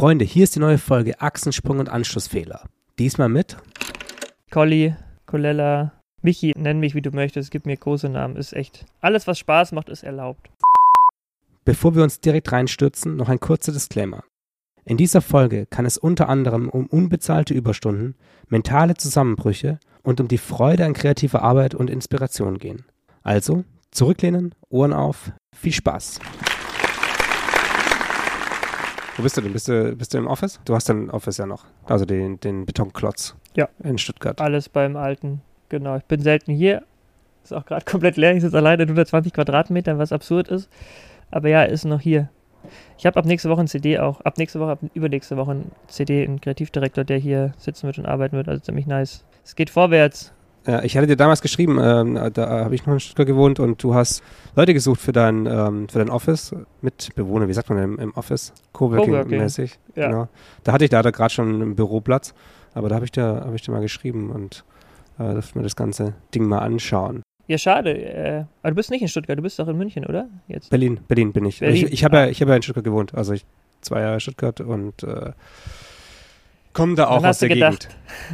Freunde, hier ist die neue Folge Achsensprung und Anschlussfehler. Diesmal mit Colli, Colella, Michi, nenn mich wie du möchtest, gib mir Kosenamen, ist echt. Alles, was Spaß macht, ist erlaubt. Bevor wir uns direkt reinstürzen, noch ein kurzer Disclaimer. In dieser Folge kann es unter anderem um unbezahlte Überstunden, mentale Zusammenbrüche und um die Freude an kreativer Arbeit und Inspiration gehen. Also, zurücklehnen, Ohren auf, viel Spaß. Wo bist du denn? Bist du im Office? Du hast dein Office ja noch, also den Betonklotz. Ja. In Stuttgart. Alles beim Alten, genau. Ich bin selten hier, ist auch gerade komplett leer, ich sitze alleine in 120 Quadratmetern, was absurd ist. Aber ja, ist noch hier. Ich habe ab nächste Woche ein CD auch, ab übernächste Woche ein CD, einen Kreativdirektor, der hier sitzen wird und arbeiten wird, also ziemlich nice. Es geht vorwärts. Ja, ich hatte dir damals geschrieben, da habe ich noch in Stuttgart gewohnt und du hast Leute gesucht für dein Office, Mitbewohner, wie sagt man im Office? Coworking-mäßig. Ja. Genau. Da hatte ich da gerade schon einen Büroplatz, aber da habe ich dir mal geschrieben und durfte mir das ganze Ding mal anschauen. Ja, schade. Aber du bist nicht in Stuttgart, du bist doch in München, oder? Jetzt. Berlin bin ich. Berlin. Ich habe ja in Stuttgart gewohnt, also 2 Jahre Stuttgart und komme da auch aus der Gegend.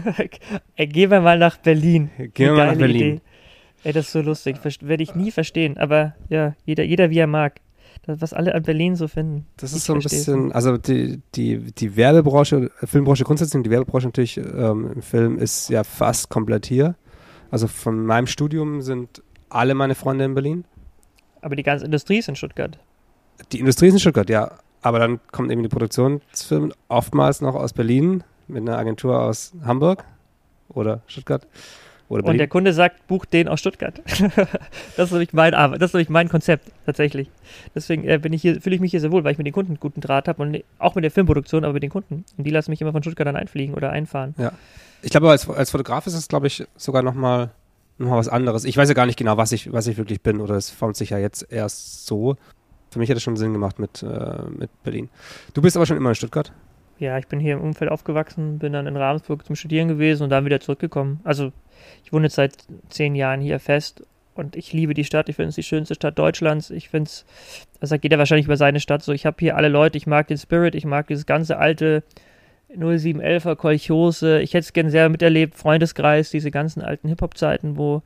Gehen wir mal nach Berlin. Gehen wir mal nach Berlin. Idee. Ey, das ist so lustig. Werde ich nie verstehen. Aber ja, jeder wie er mag. Das, was alle an Berlin so finden. Das ist so ein bisschen, also die Werbebranche, Filmbranche grundsätzlich und die Werbebranche natürlich im Film ist ja fast komplett hier. Also von meinem Studium sind alle meine Freunde in Berlin. Aber die ganze Industrie ist in Stuttgart. Die Industrie ist in Stuttgart, ja. Aber dann kommen eben die Produktionsfirmen oftmals noch aus Berlin mit einer Agentur aus Hamburg oder Stuttgart oder Berlin. Und der Kunde sagt, buch den aus Stuttgart. Das ist nämlich mein Konzept, tatsächlich. Deswegen fühle ich mich hier sehr wohl, weil ich mit den Kunden einen guten Draht habe und auch mit der Filmproduktion, aber mit den Kunden. Und die lassen mich immer von Stuttgart dann einfliegen oder einfahren. Ja. Ich glaube, als Fotograf ist es, glaube ich, sogar noch mal was anderes. Ich weiß ja gar nicht genau, was ich wirklich bin, oder es formt sich ja jetzt erst so. Für mich hat es schon Sinn gemacht mit Berlin. Du bist aber schon immer in Stuttgart? Ja, ich bin hier im Umfeld aufgewachsen, bin dann in Ravensburg zum Studieren gewesen und dann wieder zurückgekommen. Also ich wohne jetzt seit 10 Jahren hier fest und ich liebe die Stadt. Ich finde es die schönste Stadt Deutschlands. Ich finde es, das sagt jeder wahrscheinlich über seine Stadt so. Ich habe hier alle Leute, ich mag den Spirit, ich mag dieses ganze alte 0711er Kolchose. Ich hätte es gerne sehr miterlebt, Freundeskreis, diese ganzen alten Hip-Hop-Zeiten, wo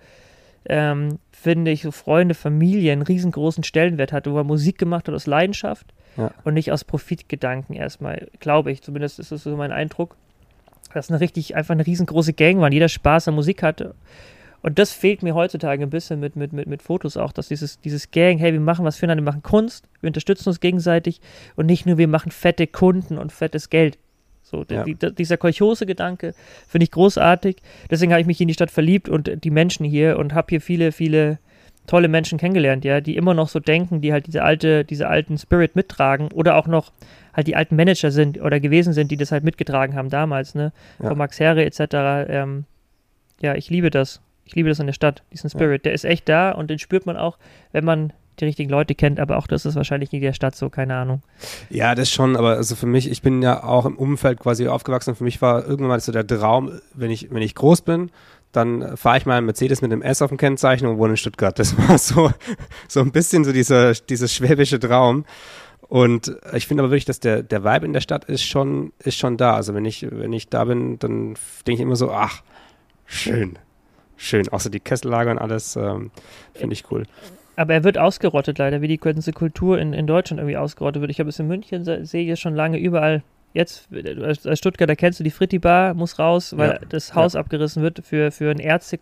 finde ich, so Freunde, Familie einen riesengroßen Stellenwert hatte, wo er Musik gemacht hat aus Leidenschaft und nicht aus Profitgedanken erstmal, glaube ich. Zumindest ist das so mein Eindruck, dass einfach eine riesengroße Gang war und jeder Spaß an Musik hatte. Und das fehlt mir heutzutage ein bisschen mit Fotos auch, dass dieses Gang, hey, wir machen was füreinander, wir machen Kunst, wir unterstützen uns gegenseitig und nicht nur, wir machen fette Kunden und fettes Geld. So, dieser Kolchose-Gedanke finde ich großartig. Deswegen habe ich mich in die Stadt verliebt und die Menschen hier und habe hier viele, viele tolle Menschen kennengelernt, ja, die immer noch so denken, die halt diese alten Spirit mittragen oder auch noch halt die alten Manager sind oder gewesen sind, die das halt mitgetragen haben damals, ne, von Max Herre etc. Ja, ich liebe das. Ich liebe das an der Stadt, diesen Spirit. Der ist echt da und den spürt man auch, wenn man die richtigen Leute kennt, aber auch das ist wahrscheinlich in der Stadt so, keine Ahnung. Ja, das schon, aber also für mich, ich bin ja auch im Umfeld quasi aufgewachsen und für mich war irgendwann mal so der Traum, wenn ich groß bin, dann fahre ich mal einen Mercedes mit einem S auf dem Kennzeichen und wohne in Stuttgart. Das war so ein bisschen so dieses schwäbische Traum. Und ich finde aber wirklich, dass der Vibe in der Stadt ist schon da. Also wenn ich da bin, dann denke ich immer so, ach, schön. Auch so die Kessellager und alles, finde ich cool. Aber er wird ausgerottet leider, wie die ganze Kultur in Deutschland irgendwie ausgerottet wird. Ich habe es in München, sehe ich schon lange überall. Jetzt, als Stuttgarter kennst du die Fritti-Bar, muss raus, weil das Haus abgerissen wird für ein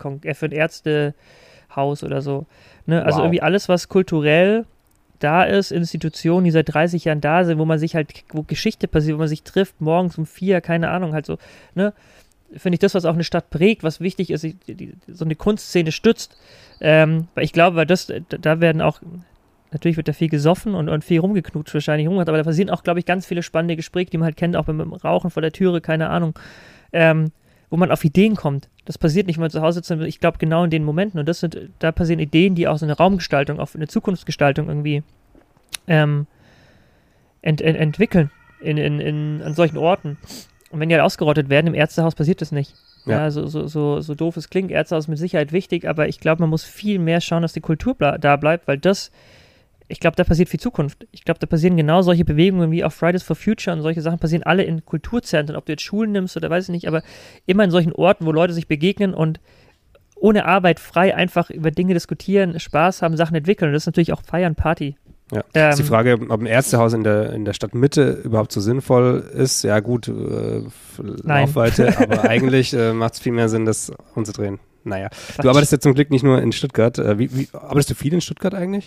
Ärztehaus oder so. Ne? Also irgendwie alles, was kulturell da ist, Institutionen, die seit 30 Jahren da sind, wo Geschichte passiert, wo man sich trifft, morgens um 4, keine Ahnung, halt so, ne? Finde ich das, was auch eine Stadt prägt, was wichtig ist, so eine Kunstszene stützt. Weil ich glaube, da werden auch, natürlich wird da viel gesoffen und viel rumgeknutscht, wahrscheinlich rumgemacht, aber da passieren auch, glaube ich, ganz viele spannende Gespräche, die man halt kennt, auch beim Rauchen vor der Türe, keine Ahnung, wo man auf Ideen kommt. Das passiert nicht, wenn man zu Hause sitzt, ich glaube, genau in den Momenten. Und da passieren Ideen, die auch so eine Raumgestaltung, auch eine Zukunftsgestaltung irgendwie entwickeln an solchen Orten. Und wenn die halt ausgerottet werden, im Ärztehaus passiert das nicht. Ja, so doof es klingt, Ärztehaus ist mit Sicherheit wichtig, aber ich glaube, man muss viel mehr schauen, dass die Kultur da bleibt, weil das ich glaube, da passiert viel Zukunft. Ich glaube, da passieren genau solche Bewegungen wie auch Fridays for Future und solche Sachen passieren alle in Kulturzentren, ob du jetzt Schulen nimmst oder weiß ich nicht, aber immer in solchen Orten, wo Leute sich begegnen und ohne Arbeit frei einfach über Dinge diskutieren, Spaß haben, Sachen entwickeln. Und das ist natürlich auch Feiern, Party. Ja, ist die Frage, ob ein Ärztehaus in der Stadtmitte überhaupt so sinnvoll ist. Ja gut, Laufweite, aber eigentlich macht es viel mehr Sinn, das umzudrehen. Naja, du arbeitest ja zum Glück nicht nur in Stuttgart. Arbeitest du viel in Stuttgart eigentlich?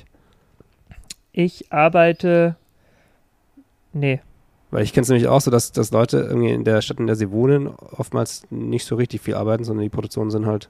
Ich arbeite, nee. Weil ich kenne es nämlich auch so, dass Leute irgendwie in der Stadt, in der sie wohnen, oftmals nicht so richtig viel arbeiten, sondern die Produktionen sind halt...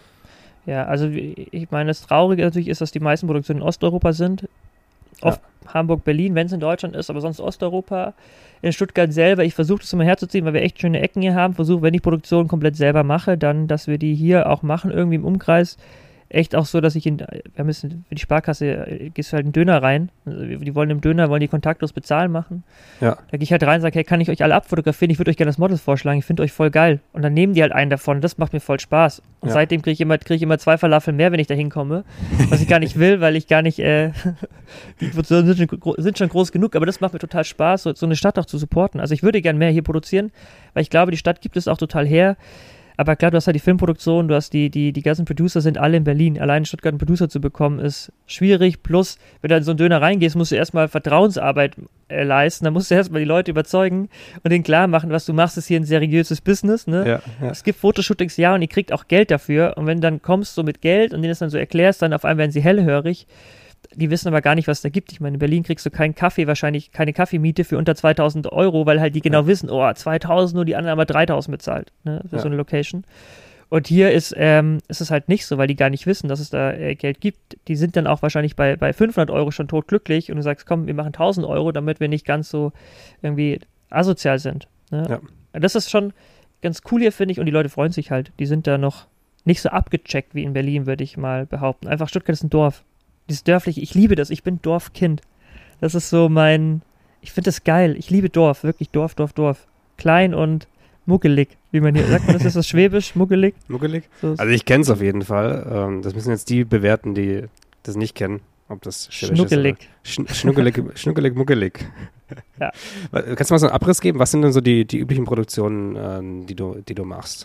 Ja, also ich meine, das Traurige natürlich ist, dass die meisten Produktionen in Osteuropa sind. Oft Hamburg, Berlin, wenn es in Deutschland ist, aber sonst Osteuropa. In Stuttgart selber, ich versuche das immer herzuziehen, weil wir echt schöne Ecken hier haben. Versuche, wenn ich Produktion komplett selber mache, dann, dass wir die hier auch machen, irgendwie im Umkreis. Echt auch so, dass ich für die Sparkasse gehst du halt einen Döner rein. Also die wollen im Döner, wollen die kontaktlos bezahlen machen. Ja. Da gehe ich halt rein und sage, hey, kann ich euch alle abfotografieren? Ich würde euch gerne das Model vorschlagen, ich finde euch voll geil. Und dann nehmen die halt einen davon, das macht mir voll Spaß. Und seitdem kriege ich immer 2 Falafel mehr, wenn ich da hinkomme. Was ich gar nicht will, weil ich gar nicht, die Produktionen sind schon groß genug, aber das macht mir total Spaß, so eine Stadt auch zu supporten. Also ich würde gerne mehr hier produzieren, weil ich glaube, die Stadt gibt es auch total her. Aber klar, du hast halt die Filmproduktion, du hast die ganzen Producer sind alle in Berlin. Allein in Stuttgart einen Producer zu bekommen, ist schwierig. Plus, wenn du in so einen Döner reingehst, musst du erstmal Vertrauensarbeit leisten. Dann musst du erstmal die Leute überzeugen und denen klar machen, was du machst, ist hier ein seriöses Business. Ne? Ja. Es gibt Fotoshootings, ja, und ihr kriegt auch Geld dafür. Und wenn du dann kommst so mit Geld und denen das dann so erklärst, dann auf einmal werden sie hellhörig. Die wissen aber gar nicht, was da gibt. Ich meine, in Berlin kriegst du keinen Kaffee, wahrscheinlich keine Kaffeemiete für unter 2.000 Euro, weil halt die genau wissen, 2.000, nur die anderen aber 3.000 bezahlt, ne, für so eine Location. Und hier ist es halt nicht so, weil die gar nicht wissen, dass es da Geld gibt. Die sind dann auch wahrscheinlich bei 500 Euro schon totglücklich und du sagst, komm, wir machen 1.000 Euro, damit wir nicht ganz so irgendwie asozial sind. Ne? Ja. Das ist schon ganz cool hier, finde ich, und die Leute freuen sich halt. Die sind da noch nicht so abgecheckt wie in Berlin, würde ich mal behaupten. Einfach Stuttgart ist ein Dorf. Dieses Dörfliche, ich liebe das, ich bin Dorfkind. Das ist so ich finde das geil, ich liebe Dorf, wirklich Dorf. Klein und muckelig, wie man hier sagt, das ist das Schwäbisch, muckelig. Muckelig? So also ich kenne es auf jeden Fall, das müssen jetzt die bewerten, die das nicht kennen, ob das Schnuckelig ist. Schnuckelig, muckelig. Ja. Kannst du mal so einen Abriss geben? Was sind denn so die üblichen Produktionen, die du machst?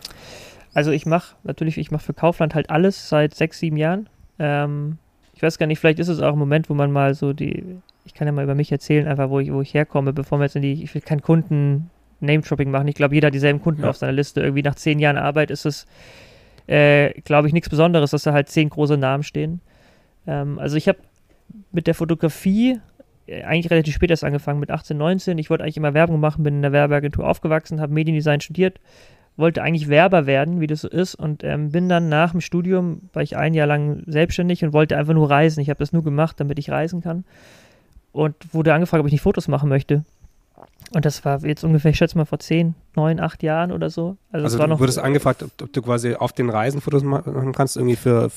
Also ich mache für Kaufland halt alles seit 6, 7 Jahren. Ich weiß gar nicht, vielleicht ist es auch ein Moment, wo man mal so ich kann ja mal über mich erzählen, einfach wo ich herkomme, bevor wir jetzt ich will keinen Kunden-Name-Dropping machen. Ich glaube, jeder hat dieselben Kunden auf seiner Liste. Irgendwie nach 10 Jahren Arbeit ist es, glaube ich, nichts Besonderes, dass da halt 10 große Namen stehen. Also ich habe mit der Fotografie eigentlich relativ spät erst angefangen, mit 18, 19. Ich wollte eigentlich immer Werbung machen, bin in der Werbeagentur aufgewachsen, habe Mediendesign studiert, wollte eigentlich Werber werden, wie das so ist, und bin dann nach dem Studium, war ich 1 Jahr lang selbstständig und wollte einfach nur reisen. Ich habe das nur gemacht, damit ich reisen kann. Und wurde angefragt, ob ich nicht Fotos machen möchte. Und das war jetzt ungefähr, ich schätze mal, vor 10, 9, 8 Jahren oder so. Also du wurdest angefragt, ob du quasi auf den Reisen Fotos machen kannst, irgendwie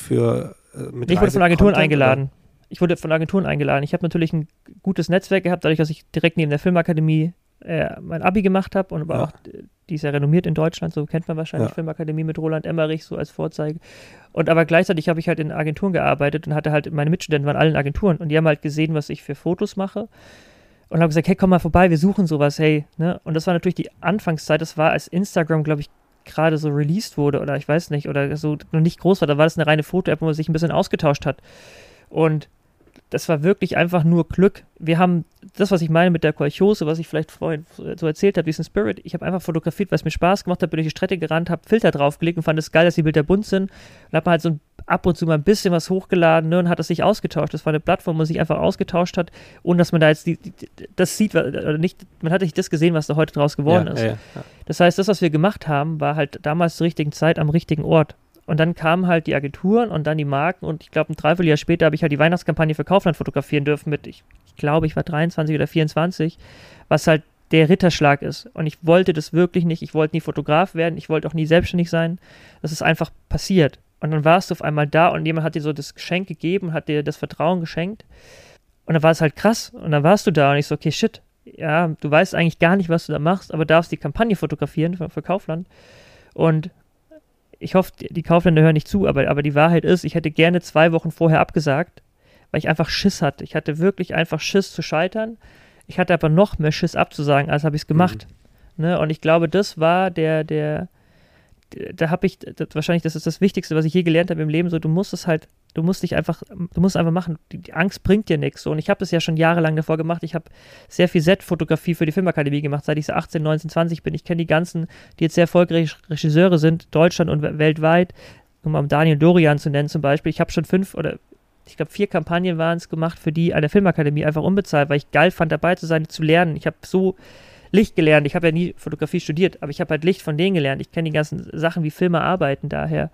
mit Ich wurde von Agenturen eingeladen. Ich habe natürlich ein gutes Netzwerk gehabt, dadurch, dass ich direkt neben der Filmakademie mein Abi gemacht habe und aber auch, die ist ja renommiert in Deutschland, so kennt man wahrscheinlich Filmakademie mit Roland Emmerich so als Vorzeige. Und aber gleichzeitig habe ich halt in Agenturen gearbeitet und hatte halt, meine Mitstudenten waren alle in Agenturen und die haben halt gesehen, was ich für Fotos mache und haben gesagt, hey, komm mal vorbei, wir suchen sowas, hey. Ne? Und das war natürlich die Anfangszeit, das war, als Instagram, glaube ich, gerade so released wurde oder ich weiß nicht, oder so noch nicht groß war, da war das eine reine Foto-App, wo man sich ein bisschen ausgetauscht hat. Und das war wirklich einfach nur Glück. Wir haben das, was ich meine mit der Kolchose, was ich vielleicht vorhin so erzählt habe, diesen Spirit. Ich habe einfach fotografiert, weil es mir Spaß gemacht hat, bin durch die Strecke gerannt, habe Filter draufgelegt und fand es geil, dass die Bilder bunt sind. Und habe halt so ab und zu mal ein bisschen was hochgeladen, ne, und hat das sich ausgetauscht. Das war eine Plattform, wo man sich einfach ausgetauscht hat, ohne dass man da jetzt das sieht, oder nicht, man hat nicht das gesehen, was da heute draus geworden ist. Ja. Das heißt, das, was wir gemacht haben, war halt damals zur richtigen Zeit am richtigen Ort. Und dann kamen halt die Agenturen und dann die Marken und ich glaube, ein Dreivierteljahr später habe ich halt die Weihnachtskampagne für Kaufland fotografieren dürfen mit, ich glaube, ich war 23 oder 24, was halt der Ritterschlag ist. Und ich wollte das wirklich nicht, ich wollte nie Fotograf werden, ich wollte auch nie selbstständig sein. Das ist einfach passiert. Und dann warst du auf einmal da und jemand hat dir so das Geschenk gegeben, hat dir das Vertrauen geschenkt. Und dann war es halt krass. Und dann warst du da und ich so, okay, shit, ja, du weißt eigentlich gar nicht, was du da machst, aber darfst die Kampagne fotografieren für Kaufland. Und ich hoffe, die Kaufländer hören nicht zu, aber die Wahrheit ist, ich hätte gerne 2 Wochen vorher abgesagt, weil ich einfach Schiss hatte. Ich hatte wirklich einfach Schiss zu scheitern. Ich hatte aber noch mehr Schiss abzusagen, als habe ich es gemacht. Ne? Und ich glaube, das war da habe ich, wahrscheinlich, das ist das Wichtigste, was ich je gelernt habe im Leben, so, du musst einfach machen. Die Angst bringt dir nichts. So. Und ich habe das ja schon jahrelang davor gemacht. Ich habe sehr viel Set-Fotografie für die Filmakademie gemacht, seit ich so 18, 19, 20 bin. Ich kenne die ganzen, die jetzt sehr erfolgreiche Regisseure sind, Deutschland und weltweit, um Daniel Dorian zu nennen zum Beispiel. Ich habe schon 4 Kampagnen waren es gemacht für die an der Filmakademie, einfach unbezahlt, weil ich geil fand, dabei zu sein, zu lernen. Ich habe so Licht gelernt. Ich habe ja nie Fotografie studiert, aber ich habe halt Licht von denen gelernt. Ich kenne die ganzen Sachen, wie Filme arbeiten, daher.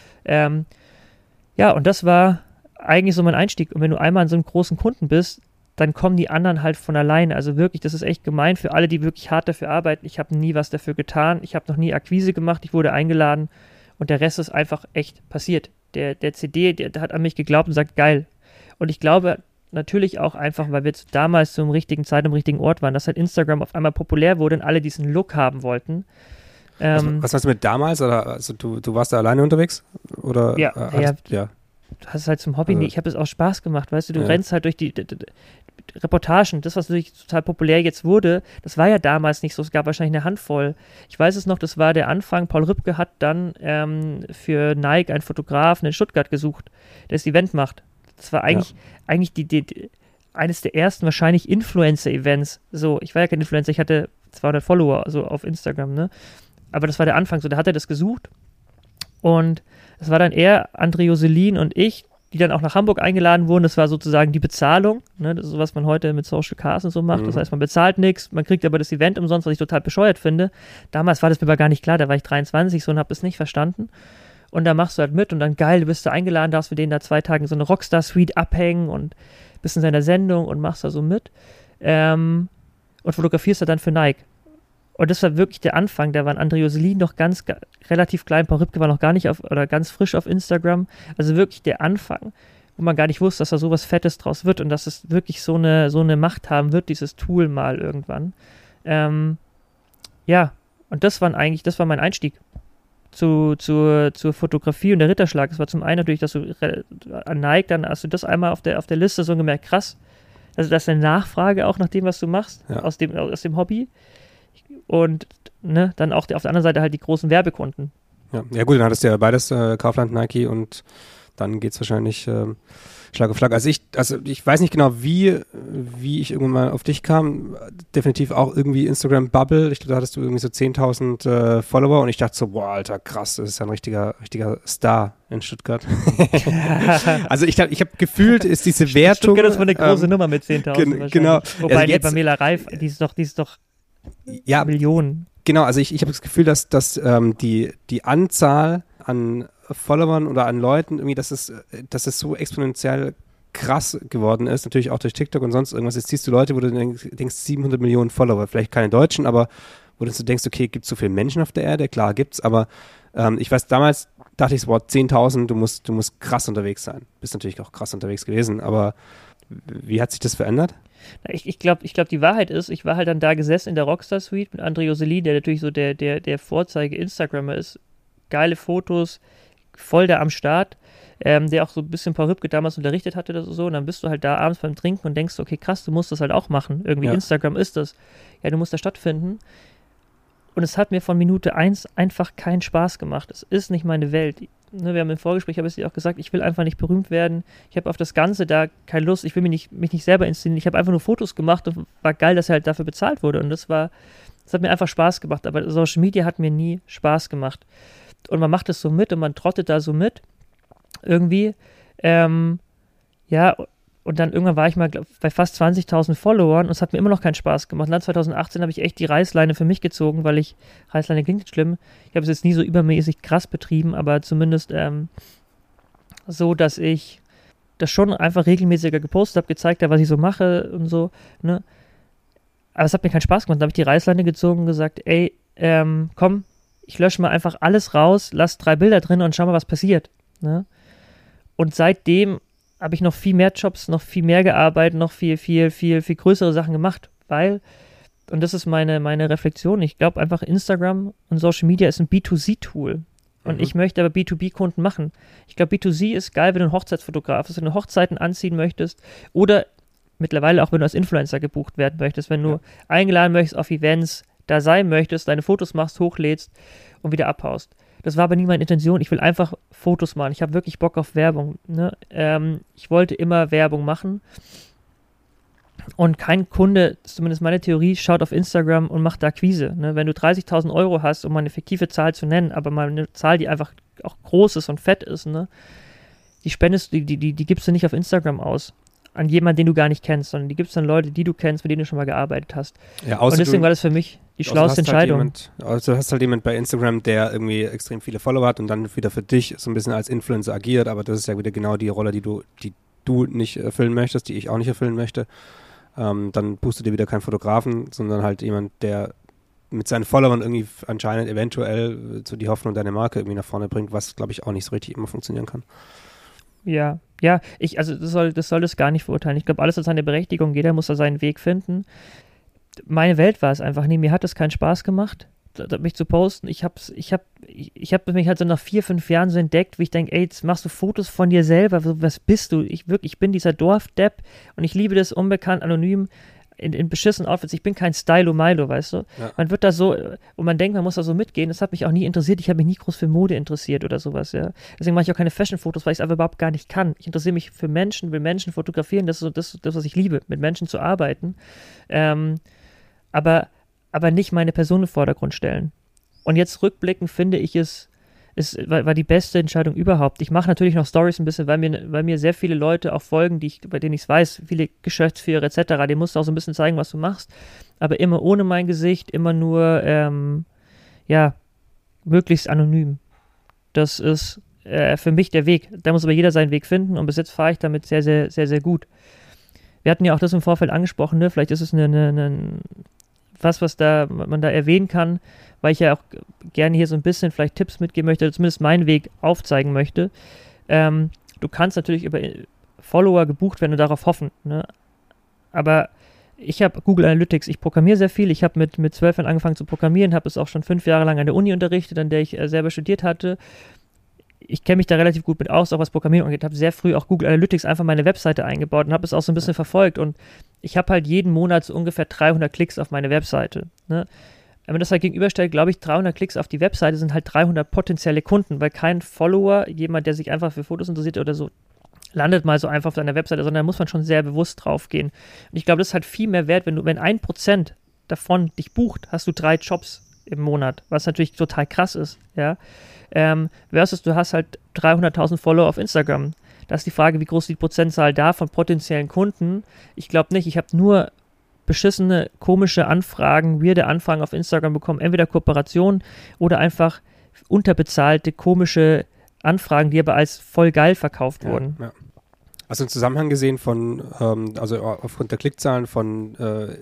Ja, und das war eigentlich so mein Einstieg. Und wenn du einmal an so einem großen Kunden bist, dann kommen die anderen halt von alleine. Also wirklich, das ist echt gemein für alle, die wirklich hart dafür arbeiten. Ich habe nie was dafür getan. Ich habe noch nie Akquise gemacht. Ich wurde eingeladen und der Rest ist einfach echt passiert. Der CD, der hat an mich geglaubt und sagt, geil. Und ich glaube natürlich auch einfach, weil wir damals zur richtigen Zeit am richtigen Ort waren, dass halt Instagram auf einmal populär wurde und alle diesen Look haben wollten. Was meinst du mit damals? Oder, also du warst da alleine unterwegs? Oder, ja. Ja. Du hast es halt zum Hobby, ich habe es auch Spaß gemacht, weißt du, rennst halt durch die Reportagen, das, was natürlich total populär jetzt wurde, das war ja damals nicht so, es gab wahrscheinlich eine Handvoll. Ich weiß es noch, das war der Anfang, Paul Rübke hat dann für Nike einen Fotografen in Stuttgart gesucht, der das Event macht. Das war eigentlich eines der ersten wahrscheinlich Influencer-Events. So, ich war ja kein Influencer, ich hatte 200 Follower, also auf Instagram, ne? Aber das war der Anfang, so, da hat er das gesucht und es war dann er, André Joselin und ich, die dann auch nach Hamburg eingeladen wurden. Das war sozusagen die Bezahlung, ne? Das ist so, was man heute mit Social Cars und so macht. Das heißt, man bezahlt nichts, man kriegt aber das Event umsonst, was ich total bescheuert finde. Damals war das mir aber gar nicht klar, da war ich 23 so und habe das nicht verstanden. Und da machst du halt mit und dann geil, du bist da eingeladen, darfst mit denen da 2 Tage so eine Rockstar-Suite abhängen und bist in seiner Sendung und machst da so mit. Und fotografierst da dann für Nike. Und das war wirklich der Anfang, da waren André Joselin noch relativ klein, Paul Rübke war noch gar nicht oder ganz frisch auf Instagram. Also wirklich der Anfang, wo man gar nicht wusste, dass da sowas Fettes draus wird und dass es wirklich so eine Macht haben wird, dieses Tool mal irgendwann. Ja, und das war mein Einstieg zur Fotografie und der Ritterschlag. Das war zum einen natürlich, dass du an Nike, dann hast du das einmal auf der Liste so gemerkt, krass, also das ist eine Nachfrage auch nach dem, was du machst, aus dem Hobby. Und ne, dann auch auf der anderen Seite halt die großen Werbekunden. Ja gut, dann hattest du ja beides, Kaufland, Nike und dann geht's wahrscheinlich Schlag auf Schlag. Also ich weiß nicht genau, wie ich irgendwann mal auf dich kam. Definitiv auch irgendwie Instagram-Bubble. Ich glaube, da hattest du irgendwie so 10.000 Follower und ich dachte so, boah, Alter, krass, das ist ja ein richtiger Star in Stuttgart. Also ich habe gefühlt, ist diese Wertung... Stuttgart ist wohl eine große Nummer mit 10.000 genau. Wobei also Pamela Reif, die ist doch ja, Millionen. Genau, also ich habe das Gefühl, dass die Anzahl an Followern oder an Leuten irgendwie, dass es so exponentiell krass geworden ist, natürlich auch durch TikTok und sonst irgendwas. Jetzt siehst du Leute, wo du denkst 700 Millionen Follower, vielleicht keine Deutschen, aber wo du denkst, okay, gibt es so viele Menschen auf der Erde? Klar, gibt's, aber ich weiß, damals dachte ich so, wow, 10.000, du musst krass unterwegs sein. Bist natürlich auch krass unterwegs gewesen, aber wie hat sich das verändert? Ich glaube, die Wahrheit ist, ich war halt dann da gesessen in der Rockstar Suite mit André Joselin, der natürlich so der Vorzeige-Instagrammer ist. Geile Fotos, voll da am Start, der auch so ein bisschen Paul Rübke damals unterrichtet hatte oder so. Und dann bist du halt da abends beim Trinken und denkst, okay, krass, du musst das halt auch machen. Irgendwie Instagram ist das. Ja, du musst da stattfinden. Und es hat mir von Minute 1 einfach keinen Spaß gemacht. Es ist nicht meine Welt. Ne, wir haben im Vorgespräch, habe ich auch gesagt, ich will einfach nicht berühmt werden. Ich habe auf das Ganze da keine Lust. Ich will mich nicht selber inszenieren. Ich habe einfach nur Fotos gemacht und war geil, dass er halt dafür bezahlt wurde. Und das hat mir einfach Spaß gemacht. Aber Social Media hat mir nie Spaß gemacht. Und man macht es so mit und man trottet da so mit. Irgendwie. Ja, und dann irgendwann war ich mal bei fast 20.000 Followern und es hat mir immer noch keinen Spaß gemacht. Und dann 2018 habe ich echt die Reißleine für mich gezogen, weil Reißleine klingt nicht schlimm, ich habe es jetzt nie so übermäßig krass betrieben, aber zumindest so, dass ich das schon einfach regelmäßiger gepostet habe, gezeigt habe, was ich so mache und so, ne. Aber es hat mir keinen Spaß gemacht. Dann habe ich die Reißleine gezogen und gesagt, ey, komm, ich lösche mal einfach alles raus, lass 3 Bilder drin und schau mal, was passiert, ne. Und seitdem habe ich noch viel mehr Jobs, noch viel mehr gearbeitet, noch viel größere Sachen gemacht, weil, und das ist meine Reflexion, ich glaube einfach Instagram und Social Media ist ein B2C-Tool. Und ich möchte aber B2B-Kunden machen. Ich glaube, B2C ist geil, wenn du ein Hochzeitsfotograf bist, wenn du Hochzeiten anziehen möchtest oder mittlerweile auch, wenn du als Influencer gebucht werden möchtest, wenn du eingeladen möchtest auf Events, da sein möchtest, deine Fotos machst, hochlädst und wieder abhaust. Das war aber nie meine Intention. Ich will einfach Fotos machen. Ich habe wirklich Bock auf Werbung. Ne? Ich wollte immer Werbung machen. Und kein Kunde, zumindest meine Theorie, schaut auf Instagram und macht da Akquise. Ne? Wenn du 30.000 Euro hast, um mal eine fiktive Zahl zu nennen, aber mal eine Zahl, die einfach auch groß ist und fett ist, ne? Die spendest du, die gibst du nicht auf Instagram aus. An jemanden, den du gar nicht kennst, sondern die gibst du an Leute, die du kennst, mit denen du schon mal gearbeitet hast. Ja, und deswegen war das für mich die schlauste Entscheidung. Also du hast halt jemand bei Instagram, der irgendwie extrem viele Follower hat und dann wieder für dich so ein bisschen als Influencer agiert, aber das ist ja wieder genau die Rolle, die du nicht erfüllen möchtest, die ich auch nicht erfüllen möchte. Dann buchst du dir wieder keinen Fotografen, sondern halt jemand, der mit seinen Followern irgendwie anscheinend eventuell so die Hoffnung deine Marke irgendwie nach vorne bringt, was, glaube ich, auch nicht so richtig immer funktionieren kann. Ja, das soll das gar nicht verurteilen. Ich glaube, alles hat seine Berechtigung, jeder muss da seinen Weg finden. Meine Welt war es einfach, mir hat es keinen Spaß gemacht, mich zu posten. Ich hab mich halt so nach 4-5 Jahren so entdeckt, wie ich denke, ey, jetzt machst du Fotos von dir selber, was bist du? Ich bin dieser Dorfdepp und ich liebe das unbekannt, anonym, in beschissenen Outfits. Ich bin kein Stylo-Milo, weißt du? Ja. Man wird da so, und man denkt, man muss da so mitgehen. Das hat mich auch nie interessiert. Ich habe mich nie groß für Mode interessiert oder sowas, ja. Deswegen mache ich auch keine Fashion-Fotos, weil ich es aber überhaupt gar nicht kann. Ich interessiere mich für Menschen, will Menschen fotografieren. Das ist so das, was ich liebe, mit Menschen zu arbeiten. Aber nicht meine Person im Vordergrund stellen. Und jetzt rückblickend finde ich war die beste Entscheidung überhaupt. Ich mache natürlich noch Stories ein bisschen, weil mir sehr viele Leute auch folgen, bei denen ich es weiß, viele Geschäftsführer etc., denen musst du auch so ein bisschen zeigen, was du machst, aber immer ohne mein Gesicht, immer nur, möglichst anonym. Das ist für mich der Weg. Da muss aber jeder seinen Weg finden und bis jetzt fahre ich damit sehr, sehr, sehr, sehr gut. Wir hatten ja auch das im Vorfeld angesprochen, ne? Vielleicht ist es was man da erwähnen kann, weil ich ja auch gerne hier so ein bisschen vielleicht Tipps mitgeben möchte, oder zumindest meinen Weg aufzeigen möchte. Du kannst natürlich über Follower gebucht werden und darauf hoffen, ne? Aber ich habe Google Analytics, ich programmiere sehr viel, ich habe mit 12 Jahren angefangen zu programmieren, habe es auch schon 5 Jahre lang an der Uni unterrichtet, an der ich selber studiert hatte. Ich kenne mich da relativ gut mit aus, auch was Programmierung angeht, habe sehr früh auch Google Analytics einfach meine Webseite eingebaut und habe es auch so ein bisschen verfolgt und ich habe halt jeden Monat so ungefähr 300 Klicks auf meine Webseite, ne? Wenn man das halt gegenüberstellt, glaube ich, 300 Klicks auf die Webseite sind halt 300 potenzielle Kunden, weil kein Follower, jemand, der sich einfach für Fotos interessiert oder so, landet mal so einfach auf deiner Webseite, sondern da muss man schon sehr bewusst drauf gehen. Und ich glaube, das ist halt viel mehr wert, wenn 1% davon dich bucht, hast du 3 Jobs im Monat, was natürlich total krass ist, ja. Versus du hast halt 300.000 Follower auf Instagram. Da ist die Frage, wie groß ist die Prozentzahl da von potenziellen Kunden? Ich glaube nicht, ich habe nur beschissene, komische Anfragen, weirde Anfragen auf Instagram bekommen, entweder Kooperationen oder einfach unterbezahlte, komische Anfragen, die aber als voll geil verkauft wurden. Ja. Hast du einen Zusammenhang gesehen von, also aufgrund der Klickzahlen von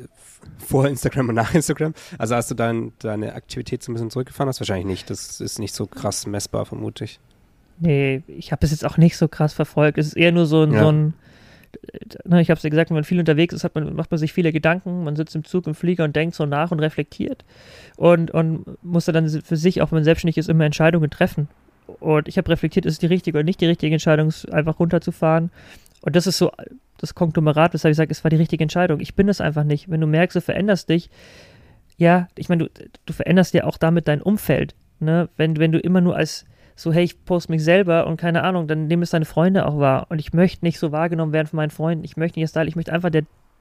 vor Instagram und nach Instagram? Also hast du deine Aktivität so ein bisschen zurückgefahren? Hast wahrscheinlich nicht. Das ist nicht so krass messbar, vermute ich. Nee, ich habe das jetzt auch nicht so krass verfolgt. Es ist eher nur so ein ich habe es ja gesagt, wenn man viel unterwegs ist, macht man sich viele Gedanken, man sitzt im Zug, im Flieger und denkt so nach und reflektiert und muss dann für sich, auch wenn man selbstständig ist, immer Entscheidungen treffen. Und ich habe reflektiert, ist es die richtige oder nicht die richtige Entscheidung, einfach runterzufahren. Und das ist so das Konglomerat, weshalb ich sage, es war die richtige Entscheidung. Ich bin es einfach nicht. Wenn du merkst, du veränderst dich, ja, ich meine, du veränderst ja auch damit dein Umfeld. Ne? Wenn du immer nur als so, hey, ich poste mich selber und keine Ahnung, dann nehmen es deine Freunde auch wahr. Und ich möchte nicht so wahrgenommen werden von meinen Freunden. Ich möchte nicht Style, ich möchte einfach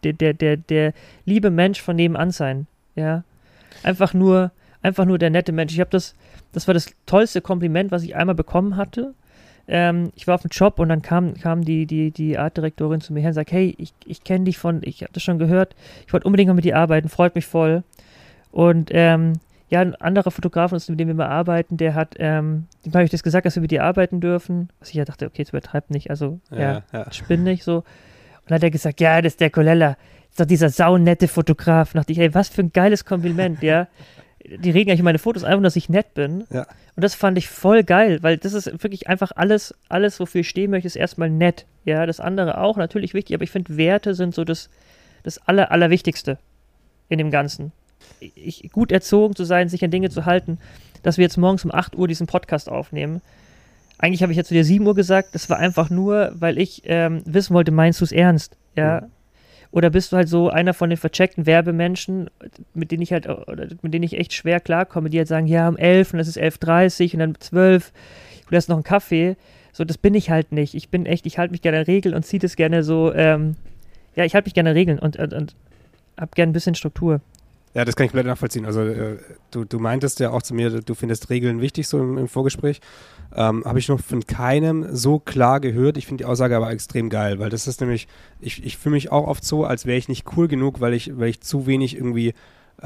der liebe Mensch von nebenan sein. Ja. Einfach nur der nette Mensch. Das war das tollste Kompliment, was ich einmal bekommen hatte. Ich war auf dem Job und dann kam die Artdirektorin zu mir her und sagt, hey, ich kenne dich ich habe das schon gehört, ich wollte unbedingt mal mit dir arbeiten, freut mich voll. Und ein anderer Fotograf, mit dem wir mal arbeiten, dem habe ich das gesagt, dass wir mit dir arbeiten dürfen. Was ich ja dachte, okay, jetzt übertreibt nicht, also spinn nicht so. Und dann hat er gesagt, ja, das ist der Colella, das ist doch dieser saunette Fotograf. Und dachte ich, ey, was für ein geiles Kompliment, ja. Die reden eigentlich meine Fotos einfach, dass ich nett bin. Ja. Und das fand ich voll geil, weil das ist wirklich einfach alles, wofür ich stehen möchte, ist erstmal nett. Ja, das andere auch natürlich wichtig, aber ich finde, Werte sind so das Allerwichtigste in dem Ganzen. gut erzogen zu sein, sich an Dinge zu halten, dass wir jetzt morgens um 8 Uhr diesen Podcast aufnehmen. Eigentlich habe ich ja zu dir 7 Uhr gesagt, das war einfach nur, weil ich wissen wollte, meinst du es ernst? Ja. Mhm. Oder bist du halt so einer von den vercheckten Werbemenschen, mit denen ich echt schwer klarkomme, die halt sagen, ja, um 11 und das ist 11:30 und dann um 12, du lässt noch einen Kaffee. So, das bin ich halt nicht. Ich halte mich gerne an Regeln und ziehe das gerne so, ich halte mich gerne an Regeln und habe gerne ein bisschen Struktur. Ja, das kann ich komplett nachvollziehen. Also du meintest ja auch zu mir, du findest Regeln wichtig, so im Vorgespräch. Habe ich noch von keinem so klar gehört. Ich finde die Aussage aber extrem geil, weil das ist nämlich, ich fühle mich auch oft so, als wäre ich nicht cool genug, weil ich zu wenig irgendwie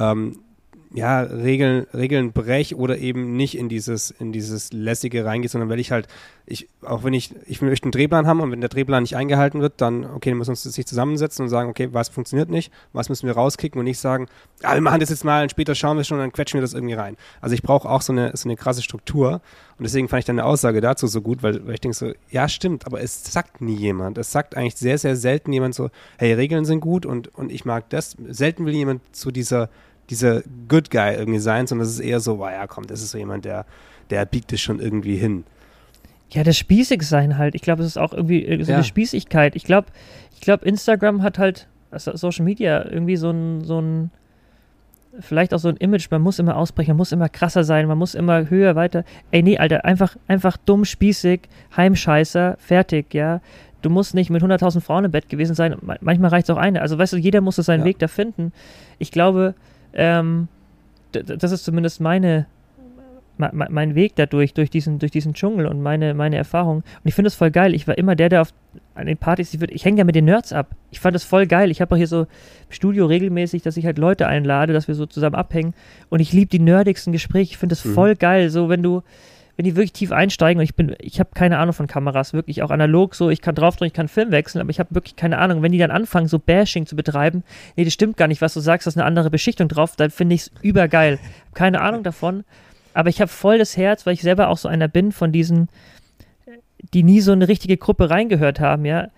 Regeln brech oder eben nicht in dieses Lässige reingehe, sondern weil ich möchte einen Drehplan haben und wenn der Drehplan nicht eingehalten wird, dann, okay, dann müssen wir uns sich zusammensetzen und sagen, okay, was funktioniert nicht, was müssen wir rauskicken und nicht sagen, wir machen das jetzt mal und später schauen wir es schon und dann quetschen wir das irgendwie rein. Also ich brauche auch so eine krasse Struktur und deswegen fand ich deine Aussage dazu so gut, weil ich denke so, ja, stimmt, aber es sagt nie jemand. Es sagt eigentlich sehr, sehr selten jemand so, hey, Regeln sind gut und ich mag das. Selten will jemand zu dieser Good Guy irgendwie sein, sondern es ist eher so, ja komm, das ist so jemand, der biegt es schon irgendwie hin. Ja, das Spießigsein halt. Ich glaube, es ist auch irgendwie so eine Spießigkeit. Ich glaube, Instagram hat halt, also Social Media, irgendwie so ein vielleicht auch so ein Image, man muss immer ausbrechen, man muss immer krasser sein, man muss immer höher, weiter. Ey, nee, Alter, einfach dumm, spießig, Heimscheißer, fertig, ja. Du musst nicht mit 100.000 Frauen im Bett gewesen sein, manchmal reicht es auch eine. Also weißt du, jeder muss seinen Weg da finden. Ich glaube, das ist zumindest mein Weg dadurch, durch diesen Dschungel und meine Erfahrung. Und ich finde es voll geil. Ich war immer der an den Partys, ich hänge ja mit den Nerds ab. Ich fand das voll geil. Ich habe auch hier so im Studio regelmäßig, dass ich halt Leute einlade, dass wir so zusammen abhängen. Und ich liebe die nerdigsten Gespräche. Ich finde das voll geil. So, wenn die wirklich tief einsteigen und ich habe keine Ahnung von Kameras, wirklich auch analog so, ich kann draufdrücken, ich kann Film wechseln, aber ich habe wirklich keine Ahnung. Wenn die dann anfangen, so Bashing zu betreiben, nee, das stimmt gar nicht, was du sagst, da ist eine andere Beschichtung drauf, dann finde ich es übergeil. Keine Ahnung davon, aber ich habe voll das Herz, weil ich selber auch so einer bin von diesen, die nie so eine richtige Gruppe reingehört haben, ja.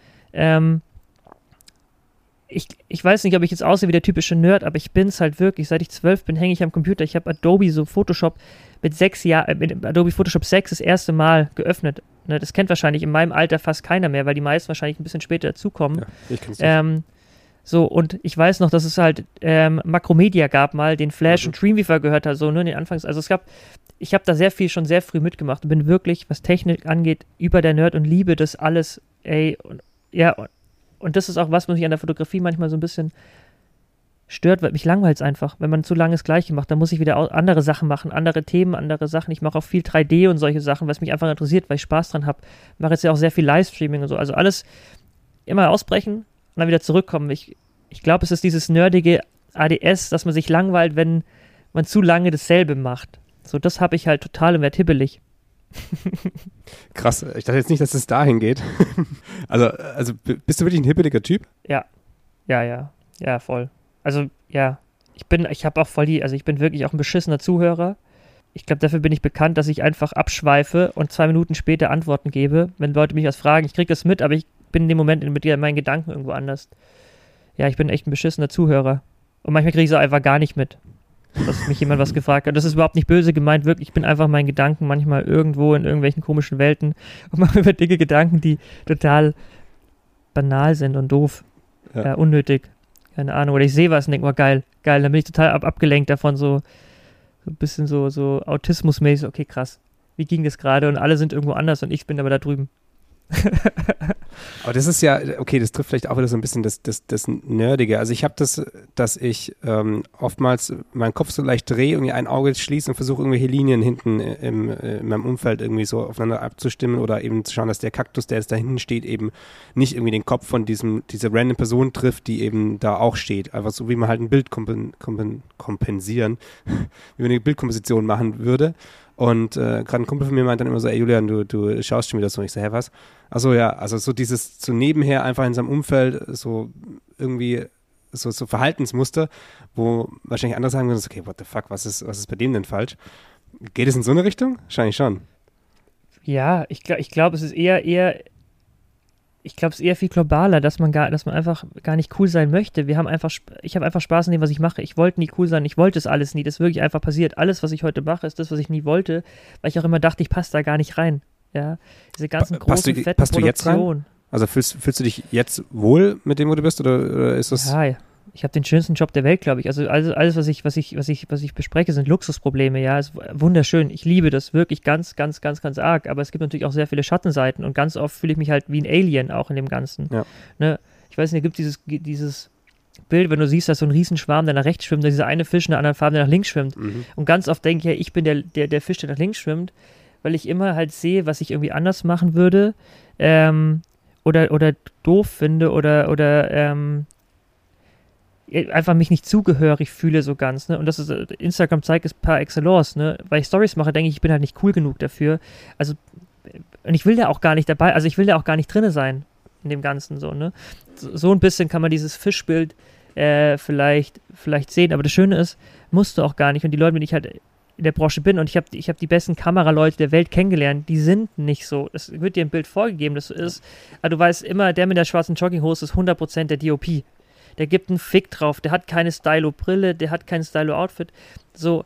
Ich weiß nicht, ob ich jetzt aussehe wie der typische Nerd, aber ich bin es halt wirklich. Seit ich 12 bin, hänge ich am Computer. Ich habe Adobe so Photoshop mit Adobe Photoshop 6 das erste Mal geöffnet. Ne, das kennt wahrscheinlich in meinem Alter fast keiner mehr, weil die meisten wahrscheinlich ein bisschen später dazukommen. Ja, ich kenn's nicht. So, und ich weiß noch, dass es halt Makromedia gab mal, den Flash und Dreamweaver gehört hat, so, ne, in den Anfangs. Also ich habe da schon sehr früh mitgemacht und bin wirklich, was Technik angeht, über der Nerd und liebe das alles, ey, und das ist auch was mich an der Fotografie manchmal so ein bisschen stört, weil mich langweilt es einfach. Wenn man zu lange das Gleiche macht, dann muss ich wieder andere Sachen machen, andere Themen, andere Sachen. Ich mache auch viel 3D und solche Sachen, was mich einfach interessiert, weil ich Spaß dran habe. Ich mache jetzt ja auch sehr viel Livestreaming und so. Also alles immer ausbrechen und dann wieder zurückkommen. Ich glaube, es ist dieses nerdige ADS, dass man sich langweilt, wenn man zu lange dasselbe macht. So, das habe ich halt total und werde hibbelig. Krass, ich dachte jetzt nicht, dass es dahin geht. Also bist du wirklich ein hibbeliger Typ? Ja, voll. Also, ja, ich bin wirklich auch ein beschissener Zuhörer. Ich glaube, dafür bin ich bekannt, dass ich einfach abschweife und 2 Minuten später Antworten gebe, wenn Leute mich was fragen. Ich kriege das mit, aber ich bin in dem Moment mit meinen Gedanken irgendwo anders. Ja, ich bin echt ein beschissener Zuhörer. Und manchmal kriege ich es auch einfach gar nicht mit, dass mich jemand was gefragt hat. Das ist überhaupt nicht böse gemeint, wirklich. Ich bin einfach meinen Gedanken manchmal irgendwo in irgendwelchen komischen Welten und mache mir dicke Gedanken, die total banal sind und doof. Ja, unnötig. Keine Ahnung. Oder ich sehe was und denke, oh, geil. Dann bin ich total abgelenkt davon, so ein bisschen so autismusmäßig. Okay, krass. Wie ging das gerade? Und alle sind irgendwo anders und ich bin aber da drüben. Aber das ist ja, okay, das trifft vielleicht auch wieder so ein bisschen das Nerdige. Also ich habe das, dass ich oftmals meinen Kopf so leicht drehe, irgendwie ein Auge schließe und versuche irgendwelche Linien hinten in meinem Umfeld irgendwie so aufeinander abzustimmen oder eben zu schauen, dass der Kaktus, der jetzt da hinten steht, eben nicht irgendwie den Kopf von dieser random Person trifft, die eben da auch steht. Einfach so, wie man halt ein Bild kompensieren, wie man eine Bildkomposition machen würde. Und gerade ein Kumpel von mir meint dann immer so, ey Julian, du schaust schon wieder so. Und ich so, hä, was? Achso, ja, also so dieses so nebenher einfach in seinem Umfeld so irgendwie so Verhaltensmuster, wo wahrscheinlich andere sagen würden, okay, what the fuck, was ist bei dem denn falsch? Geht es in so eine Richtung? Wahrscheinlich schon. Ja, ich glaube, es ist eher Ich glaube, es ist eher viel globaler, dass man einfach gar nicht cool sein möchte. Ich habe einfach Spaß in dem, was ich mache. Ich wollte nie cool sein, ich wollte es alles nie. Das ist wirklich einfach passiert. Alles, was ich heute mache, ist das, was ich nie wollte, weil ich auch immer dachte, ich passe da gar nicht rein. Ja, diese ganzen großen, fetten passt du jetzt rein? Produktionen. Also fühlst du dich jetzt wohl mit dem, wo du bist, oder ist das? Ja, ich habe den schönsten Job der Welt, glaube ich. Also alles, was ich bespreche, sind Luxusprobleme. Ja, ist wunderschön. Ich liebe das wirklich ganz, ganz, ganz, ganz arg. Aber es gibt natürlich auch sehr viele Schattenseiten und ganz oft fühle ich mich halt wie ein Alien auch in dem Ganzen. Ja. Ne? Ich weiß nicht, es gibt dieses Bild, wenn du siehst, dass so ein Riesenschwarm, der nach rechts schwimmt, und dieser eine Fisch in einer anderen Farbe, der nach links schwimmt. Und ganz oft denke ich ja, ich bin der Fisch, der nach links schwimmt, weil ich immer halt sehe, was ich irgendwie anders machen würde, oder doof finde oder einfach mich nicht zugehörig fühle so ganz, ne? Und das ist, Instagram zeigt es par excellence, ne? Weil ich Stories mache, denke ich bin halt nicht cool genug dafür. Also, und ich will da auch gar nicht dabei, also ich will da auch gar nicht drinne sein in dem Ganzen, so, ne? So ein bisschen kann man dieses Fischbild vielleicht sehen, aber das Schöne ist, musst du auch gar nicht. Und die Leute, mit denen ich halt in der Branche bin, und ich hab die besten Kameraleute der Welt kennengelernt, die sind nicht so. Es wird dir ein Bild vorgegeben, das so ist, aber du weißt immer, der mit der schwarzen Jogginghose ist 100% der DOP. Der gibt einen Fick drauf, der hat keine Stylo-Brille, der hat kein Stylo-Outfit. So,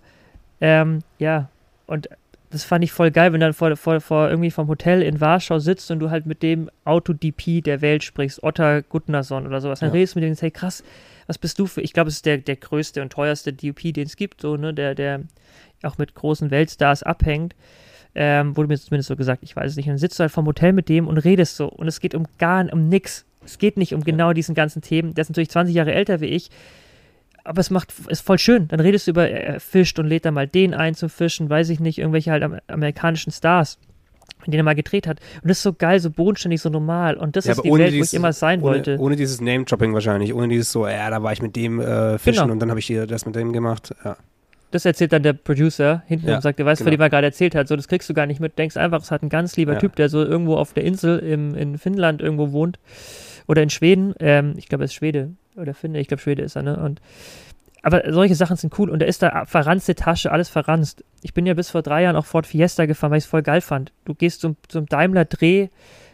ja, und das fand ich voll geil, wenn du dann vor irgendwie vom Hotel in Warschau sitzt und du halt mit dem Auto-DP der Welt sprichst, Otter Gudnason oder sowas. Dann redest du mit dem und sagst, hey krass, was bist du für, ich glaube, es ist der größte und teuerste DOP, den es gibt, so, ne, der auch mit großen Weltstars abhängt. Wurde mir zumindest so gesagt, ich weiß es nicht. Und dann sitzt du halt vom Hotel mit dem und redest so. Und es geht um nix. Es geht nicht um genau diesen ganzen Themen. Der ist natürlich 20 Jahre älter wie ich, aber ist voll schön. Dann redest du über, er fischt und lädt dann mal den ein zum Fischen, weiß ich nicht, irgendwelche halt amerikanischen Stars, den er mal gedreht hat. Und das ist so geil, so bodenständig, so normal. Und das ist die Welt, wo ich immer sein wollte. Ohne dieses Name-Dropping wahrscheinlich. Ohne dieses so, ja, da war ich mit dem fischen und dann habe ich hier das mit dem gemacht. Ja. Das erzählt dann der Producer hinten und sagt, du weißt, von dem er gerade erzählt hat. So, das kriegst du gar nicht mit. Denkst einfach, es hat ein ganz lieber Typ, der so irgendwo auf der Insel in Finnland irgendwo wohnt. Oder in Schweden. Ich glaube, er ist Schwede. Oder Finne. Ich glaube, Schwede ist er, ne? Aber solche Sachen sind cool. Und da ist da verranzte Tasche, alles verranzt. Ich bin ja bis vor 3 Jahren auch Ford Fiesta gefahren, weil ich es voll geil fand. Du gehst zum Daimler-Dreh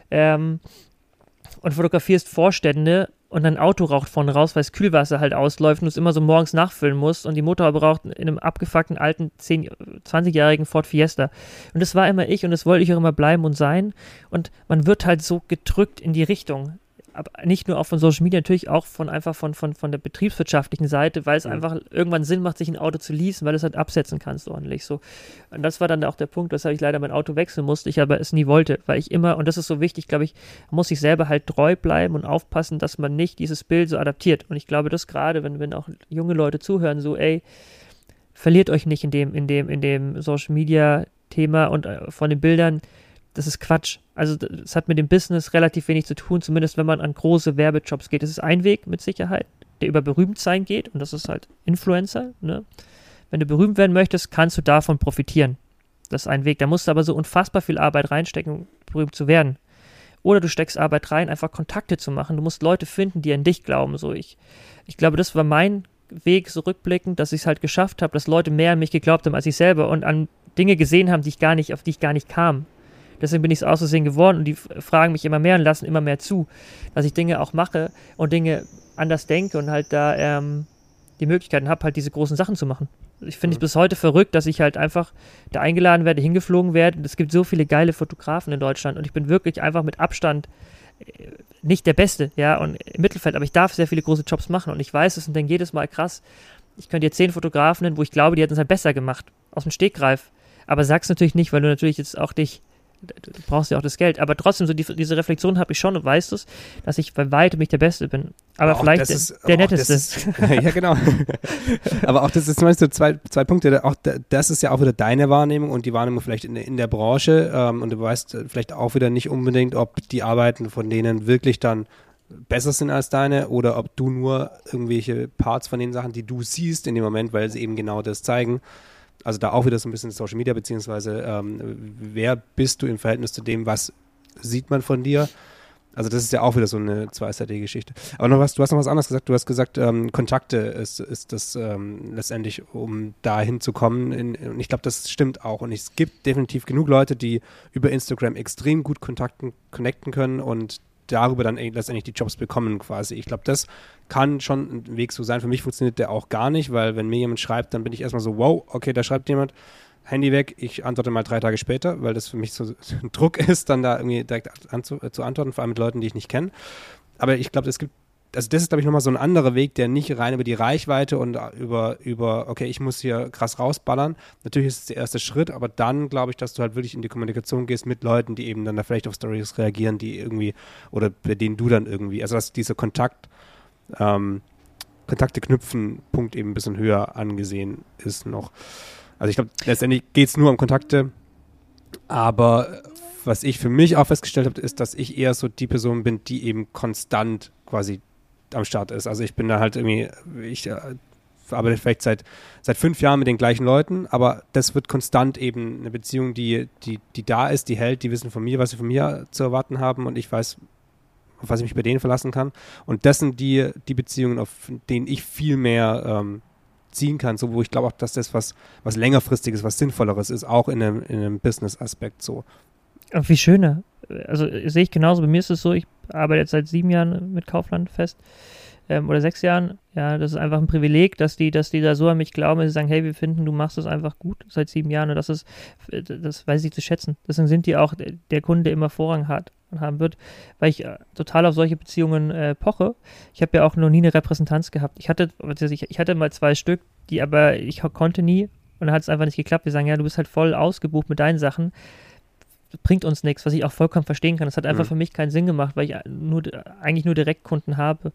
und fotografierst Vorstände und dein Auto raucht vorne raus, weil das Kühlwasser halt ausläuft und du es immer so morgens nachfüllen musst und die Motorhaube raucht in einem abgefuckten alten 20-jährigen Ford Fiesta. Und das war immer ich und das wollte ich auch immer bleiben und sein. Und man wird halt so gedrückt in die Richtung. Aber nicht nur auch von Social Media, natürlich auch von der betriebswirtschaftlichen Seite, weil es einfach irgendwann Sinn macht, sich ein Auto zu leasen, weil du es halt absetzen kannst ordentlich. So. Und das war dann auch der Punkt, weshalb ich leider mein Auto wechseln musste, ich aber es nie wollte, weil ich immer, und das ist so wichtig, glaube ich, man muss sich selber halt treu bleiben und aufpassen, dass man nicht dieses Bild so adaptiert. Und ich glaube, das gerade, wenn auch junge Leute zuhören, so, ey, verliert euch nicht in dem Social Media Thema und von den Bildern. Das ist Quatsch. Also das hat mit dem Business relativ wenig zu tun, zumindest wenn man an große Werbejobs geht. Das ist ein Weg mit Sicherheit, der über Berühmtsein geht und das ist halt Influencer. Ne? Wenn du berühmt werden möchtest, kannst du davon profitieren. Das ist ein Weg. Da musst du aber so unfassbar viel Arbeit reinstecken, um berühmt zu werden. Oder du steckst Arbeit rein, einfach Kontakte zu machen. Du musst Leute finden, die an dich glauben. So ich glaube, das war mein Weg, so rückblickend, dass ich es halt geschafft habe, dass Leute mehr an mich geglaubt haben als ich selber und an Dinge gesehen haben, auf die ich gar nicht kam. Deswegen bin ich es aus Versehen geworden und die fragen mich immer mehr und lassen immer mehr zu, dass ich Dinge auch mache und Dinge anders denke und halt da die Möglichkeiten habe, halt diese großen Sachen zu machen. Ich finde es bis heute verrückt, dass ich halt einfach da eingeladen werde, hingeflogen werde. Es gibt so viele geile Fotografen in Deutschland und ich bin wirklich einfach mit Abstand nicht der Beste, ja, und im Mittelfeld, aber ich darf sehr viele große Jobs machen und ich weiß es und denke jedes Mal, krass, ich könnte dir 10 Fotografen nennen, wo ich glaube, die hätten es halt besser gemacht, aus dem Stegreif. Aber sag's natürlich nicht, weil du natürlich jetzt auch du brauchst ja auch das Geld, aber trotzdem, so diese Reflexion habe ich schon und weißt es, dass ich bei weitem nicht der Beste bin. Aber vielleicht der Netteste. Ja, genau. Aber auch das ist zum Beispiel zwei Punkte, auch das ist ja auch wieder deine Wahrnehmung und die Wahrnehmung vielleicht in der Branche und du weißt vielleicht auch wieder nicht unbedingt, ob die Arbeiten von denen wirklich dann besser sind als deine oder ob du nur irgendwelche Parts von den Sachen, die du siehst in dem Moment, weil sie eben genau das zeigen. Also da auch wieder so ein bisschen Social Media, beziehungsweise wer bist du im Verhältnis zu dem, was sieht man von dir? Also das ist ja auch wieder so eine zweiseitige Geschichte. Aber du hast noch was anderes gesagt. Du hast gesagt, Kontakte ist das letztendlich, um da hinzukommen. Und ich glaube, das stimmt auch. Und es gibt definitiv genug Leute, die über Instagram extrem gut connecten können und darüber dann letztendlich die Jobs bekommen quasi. Ich glaube, das kann schon ein Weg so sein. Für mich funktioniert der auch gar nicht, weil wenn mir jemand schreibt, dann bin ich erstmal so, wow, okay, da schreibt jemand, Handy weg, ich antworte mal 3 Tage später, weil das für mich so ein Druck ist, dann da irgendwie direkt zu antworten, vor allem mit Leuten, die ich nicht kenne. Aber ich glaube, das ist, glaube ich, nochmal so ein anderer Weg, der nicht rein über die Reichweite und über, okay, ich muss hier krass rausballern. Natürlich ist es der erste Schritt, aber dann glaube ich, dass du halt wirklich in die Kommunikation gehst mit Leuten, die eben dann da vielleicht auf Stories reagieren, die irgendwie, oder bei denen du dann irgendwie, also dass dieser Kontakte knüpfen Punkt eben ein bisschen höher angesehen ist noch. Also ich glaube, letztendlich geht es nur um Kontakte, aber was ich für mich auch festgestellt habe, ist, dass ich eher so die Person bin, die eben konstant quasi am Start ist. Also ich bin da halt irgendwie, ich arbeite vielleicht seit 5 Jahren mit den gleichen Leuten, aber das wird konstant eben eine Beziehung, die da ist, die hält, die wissen von mir, was sie von mir zu erwarten haben und ich weiß, auf was ich mich bei denen verlassen kann. Und das sind die Beziehungen, auf denen ich viel mehr ziehen kann, so wo ich glaube auch, dass das was längerfristiges, was Sinnvolleres ist, auch in einem Business-Aspekt so. Aber wie schöner. Also sehe ich genauso. Bei mir ist es so, ich arbeite jetzt seit 7 Jahren mit Kaufland fest oder 6 Jahren. Ja, das ist einfach ein Privileg, dass die da so an mich glauben, dass sie sagen, hey, wir finden, du machst das einfach gut seit 7 Jahren und das weiß ich zu schätzen. Deswegen sind die auch der Kunde, der immer Vorrang hat und haben wird, weil ich total auf solche Beziehungen poche. Ich habe ja auch noch nie eine Repräsentanz gehabt. Ich hatte mal 2 Stück, die aber ich konnte nie und dann hat es einfach nicht geklappt. Wir sagen, ja, du bist halt voll ausgebucht mit deinen Sachen. Bringt uns nichts, was ich auch vollkommen verstehen kann. Das hat einfach für mich keinen Sinn gemacht, weil ich eigentlich nur Direktkunden habe.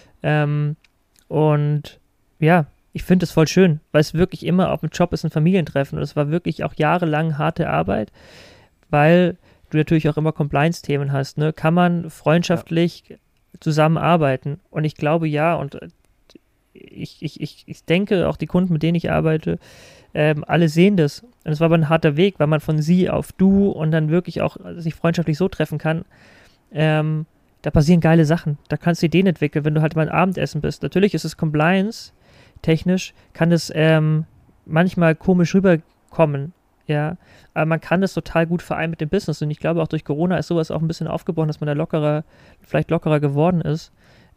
Und ja, ich finde es voll schön, weil es wirklich immer auf dem Job ist ein Familientreffen und es war wirklich auch jahrelang harte Arbeit, weil du natürlich auch immer Compliance-Themen hast. Ne? Kann man freundschaftlich zusammenarbeiten? Und ich glaube ja und ich denke, auch die Kunden, mit denen ich arbeite, alle sehen das. Und es war aber ein harter Weg, weil man von sie auf du und dann wirklich auch sich freundschaftlich so treffen kann. Da passieren geile Sachen. Da kannst du Ideen entwickeln, wenn du halt mal ein Abendessen bist. Natürlich ist es Compliance-technisch, kann es manchmal komisch rüberkommen. Ja, aber man kann das total gut vereinen mit dem Business. Und ich glaube, auch durch Corona ist sowas auch ein bisschen aufgebaut, dass man da vielleicht lockerer geworden ist.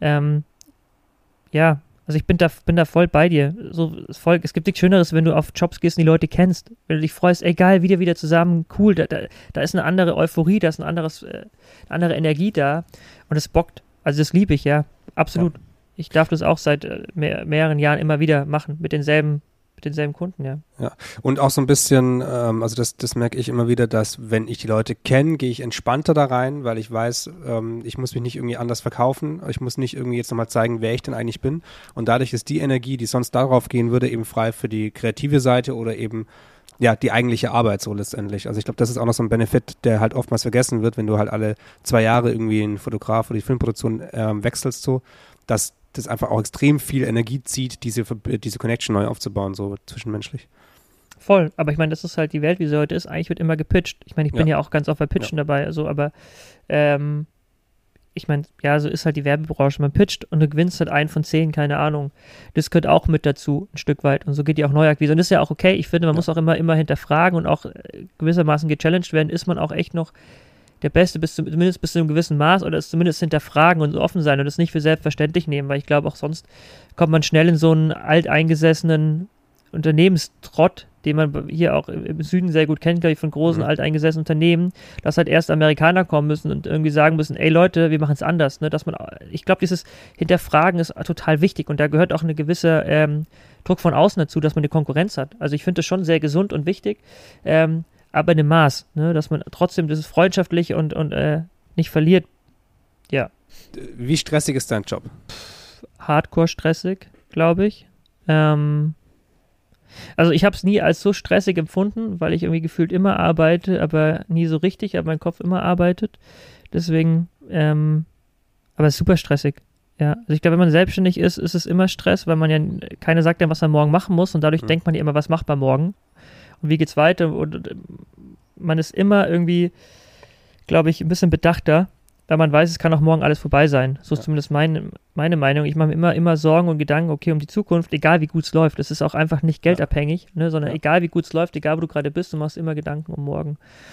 Ja, also ich bin da voll bei dir. Es gibt nichts Schöneres, wenn du auf Jobs gehst und die Leute kennst. Wenn du dich freust, ey geil, wieder zusammen, cool, da ist eine andere Euphorie, da ist eine andere Energie da und es bockt. Also das liebe ich, ja, absolut. Ja. Ich darf das auch seit mehreren Jahren immer wieder machen, mit denselben Kunden, ja. Ja, und auch so ein bisschen, also das merke ich immer wieder, dass wenn ich die Leute kenne, gehe ich entspannter da rein, weil ich weiß, ich muss mich nicht irgendwie anders verkaufen, ich muss nicht irgendwie jetzt nochmal zeigen, wer ich denn eigentlich bin und dadurch ist die Energie, die sonst darauf gehen würde, eben frei für die kreative Seite oder eben ja, die eigentliche Arbeit so letztendlich. Also ich glaube, das ist auch noch so ein Benefit, der halt oftmals vergessen wird, wenn du halt alle 2 Jahre irgendwie einen Fotograf oder die Filmproduktion wechselst so, dass das einfach auch extrem viel Energie zieht, diese Connection neu aufzubauen, so zwischenmenschlich. Voll, aber ich meine, das ist halt die Welt, wie sie heute ist. Eigentlich wird immer gepitcht. Ich meine, ich bin ja auch ganz oft bei Pitchen dabei, also, aber ich meine, ja, so ist halt die Werbebranche. Man pitcht und du gewinnst halt 1 von 10, keine Ahnung. Das gehört auch mit dazu, ein Stück weit. Und so geht die auch Neuakquise. Und das ist ja auch okay. Ich finde, man muss auch immer hinterfragen und auch gewissermaßen gechallenged werden. Ist man auch echt noch der Beste, zumindest bis zu einem gewissen Maß oder es zumindest hinterfragen und offen sein und es nicht für selbstverständlich nehmen, weil ich glaube, auch sonst kommt man schnell in so einen alteingesessenen Unternehmenstrott, den man hier auch im Süden sehr gut kennt, glaube ich, von großen, alteingesessenen Unternehmen, dass halt erst Amerikaner kommen müssen und irgendwie sagen müssen, ey Leute, wir machen es anders. Ne? Ich glaube, dieses Hinterfragen ist total wichtig und da gehört auch eine gewisse Druck von außen dazu, dass man eine Konkurrenz hat. Also ich finde das schon sehr gesund und wichtig, aber in einem Maß, ne? Dass man trotzdem dieses freundschaftlich und nicht verliert. Ja. Wie stressig ist dein Job? Hardcore stressig, glaube ich. Also ich habe es nie als so stressig empfunden, weil ich irgendwie gefühlt immer arbeite, aber nie so richtig, aber mein Kopf immer arbeitet. Deswegen, aber es ist super stressig. Ja, also ich glaube, wenn man selbstständig ist, ist es immer Stress, weil man ja, keiner sagt dann, was man morgen machen muss und dadurch denkt man ja immer, was macht man morgen? Und wie geht's weiter? Und man ist immer irgendwie, glaube ich, ein bisschen bedachter, weil man weiß, es kann auch morgen alles vorbei sein. So ist zumindest meine Meinung. Ich mache mir immer Sorgen und Gedanken, okay, um die Zukunft, egal wie gut es läuft. Es ist auch einfach nicht geldabhängig, ne, sondern egal wie gut es läuft, egal wo du gerade bist, du machst immer Gedanken um morgen.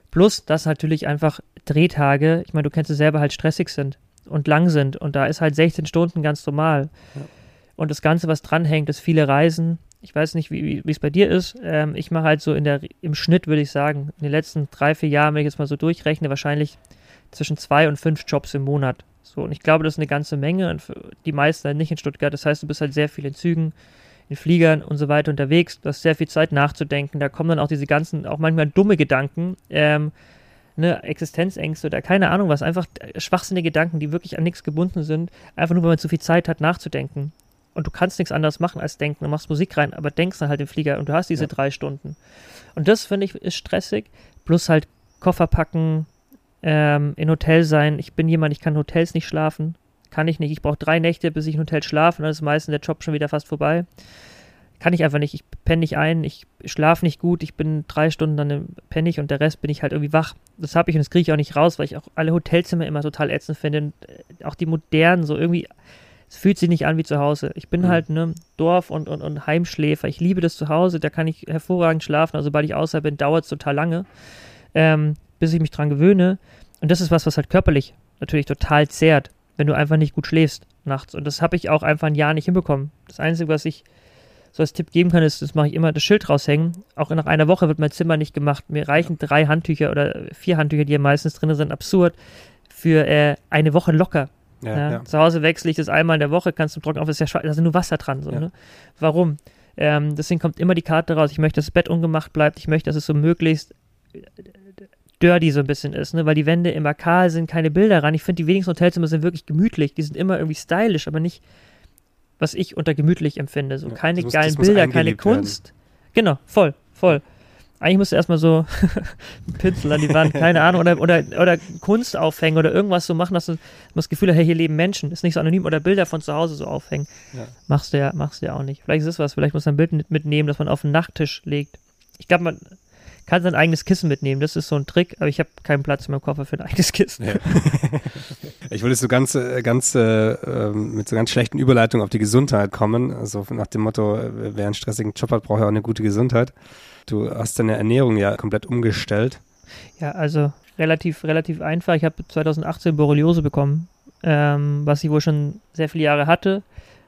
Plus, dass natürlich einfach Drehtage, ich meine, du kennst es selber, halt stressig sind und lang sind. Und da ist halt 16 Stunden ganz normal. Ja. Und das Ganze, was dranhängt, ist viele Reisen. Ich weiß nicht, wie es bei dir ist. Ich mache halt so im Schnitt, würde ich sagen, in den letzten 3-4 Jahren, wenn ich jetzt mal so durchrechne, wahrscheinlich zwischen 2 und 5 Jobs im Monat. So, und ich glaube, das ist eine ganze Menge. Und die meisten halt nicht in Stuttgart. Das heißt, du bist halt sehr viel in Zügen, in Fliegern und so weiter unterwegs. Du hast sehr viel Zeit nachzudenken. Da kommen dann auch diese ganzen, auch manchmal dumme Gedanken, Existenzängste oder keine Ahnung was. Einfach schwachsinnige Gedanken, die wirklich an nichts gebunden sind. Einfach nur, weil man zu viel Zeit hat, nachzudenken. Und du kannst nichts anderes machen als denken. Du machst Musik rein, aber denkst dann halt im Flieger und du hast diese 3 Stunden. Und das, finde ich, ist stressig. Plus halt Koffer packen, in Hotel sein. Ich bin jemand, ich kann in Hotels nicht schlafen. Kann ich nicht. Ich brauche 3 Nächte, bis ich im Hotel schlafe. Und dann ist meistens der Job schon wieder fast vorbei. Kann ich einfach nicht. Ich penne nicht ein. Ich schlafe nicht gut. Ich bin 3 Stunden dann penne ich und der Rest bin ich halt irgendwie wach. Das habe ich und das kriege ich auch nicht raus, weil ich auch alle Hotelzimmer immer total ätzend finde. Und auch die modernen so irgendwie. Es fühlt sich nicht an wie zu Hause. Ich bin halt Dorf- und Heimschläfer. Ich liebe das zu Hause, da kann ich hervorragend schlafen. Also sobald ich außer bin, dauert es total lange, bis ich mich dran gewöhne. Und das ist was halt körperlich natürlich total zehrt, wenn du einfach nicht gut schläfst nachts. Und das habe ich auch einfach ein Jahr nicht hinbekommen. Das Einzige, was ich so als Tipp geben kann, ist, das mache ich immer, das Schild raushängen. Auch nach einer Woche wird mein Zimmer nicht gemacht. Mir reichen 3 Handtücher oder 4 Handtücher, die ja meistens drin sind, absurd, für eine Woche locker. Ja. Zu Hause wechsle ich das einmal in der Woche, kannst du trocken auf, da ist nur Wasser dran. So, ne? Warum? Deswegen kommt immer die Karte raus, ich möchte, dass das Bett ungemacht bleibt, ich möchte, dass es so möglichst dirty so ein bisschen ist, ne? Weil die Wände immer kahl sind, keine Bilder ran. Ich finde, die wenigsten Hotelzimmer sind wirklich gemütlich, die sind immer irgendwie stylisch, aber nicht, was ich unter gemütlich empfinde. So keine geilen Bilder, keine Kunst. Werden. Genau, voll. Eigentlich musst du erstmal so einen Pinsel an die Wand, keine Ahnung, oder Kunst aufhängen oder irgendwas so machen, dass du das Gefühl hast, hey, hier leben Menschen, ist nicht so anonym, oder Bilder von zu Hause so aufhängen. Ja. Machst du ja auch nicht. Vielleicht ist es was, vielleicht muss man ein Bild mitnehmen, das man auf den Nachttisch legt. Ich glaube, man kann sein eigenes Kissen mitnehmen, das ist so ein Trick, aber ich habe keinen Platz in meinem Koffer für ein eigenes Kissen. Ja. Ich wollte so mit so ganz schlechten Überleitungen auf die Gesundheit kommen, also nach dem Motto, wer einen stressigen Job hat, braucht ja auch eine gute Gesundheit. Du hast deine Ernährung ja komplett umgestellt. Ja, also relativ einfach. Ich habe 2018 Borreliose bekommen, was ich wohl schon sehr viele Jahre hatte.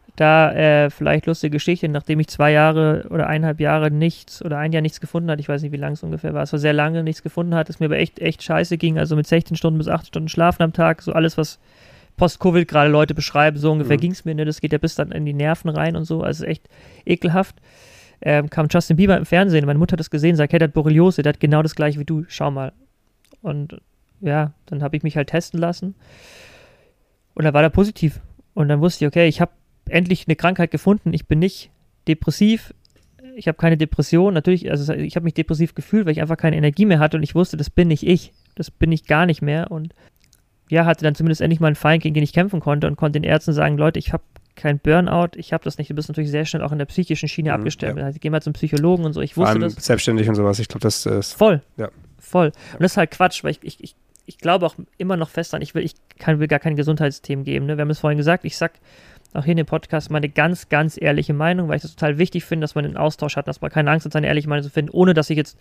Da vielleicht lustige Geschichte, nachdem ich 2 Jahre oder 1,5 Jahre nichts oder ein Jahr nichts gefunden hatte, ich weiß nicht, wie lang es ungefähr war, es war sehr lange, nichts gefunden hat, es mir aber echt scheiße ging, also mit 16 Stunden bis 8 Stunden Schlafen am Tag, so alles, was Post-Covid gerade Leute beschreiben, so ungefähr ging es mir, ne? Das geht ja bis dann in die Nerven rein und so, also echt ekelhaft. Kam Justin Bieber im Fernsehen, meine Mutter hat das gesehen, sagt, hey, der hat Borreliose, der hat genau das gleiche wie du, schau mal. Und ja, dann habe ich mich halt testen lassen und da war der positiv. Und dann wusste ich, okay, ich habe endlich eine Krankheit gefunden, ich bin nicht depressiv, ich habe keine Depression, natürlich, also ich habe mich depressiv gefühlt, weil ich einfach keine Energie mehr hatte und ich wusste, das bin nicht ich, das bin ich gar nicht mehr und ja, hatte dann zumindest endlich mal einen Feind, gegen den ich kämpfen konnte und konnte den Ärzten sagen, Leute, ich habe kein Burnout, ich habe das nicht, du bist natürlich sehr schnell auch in der psychischen Schiene abgestellt, also ich gehe mal zum Psychologen und so, ich wusste das. Selbstständig und sowas, ich glaube, das ist... Voll. Und das ist halt Quatsch, weil ich glaube auch immer noch fest an, ich will gar kein Gesundheitsthemen geben, ne? Wir haben es vorhin gesagt, ich sag auch hier in dem Podcast meine ganz, ganz ehrliche Meinung, weil ich das total wichtig finde, dass man einen Austausch hat, dass man keine Angst hat, seine ehrliche Meinung zu finden, ohne dass ich jetzt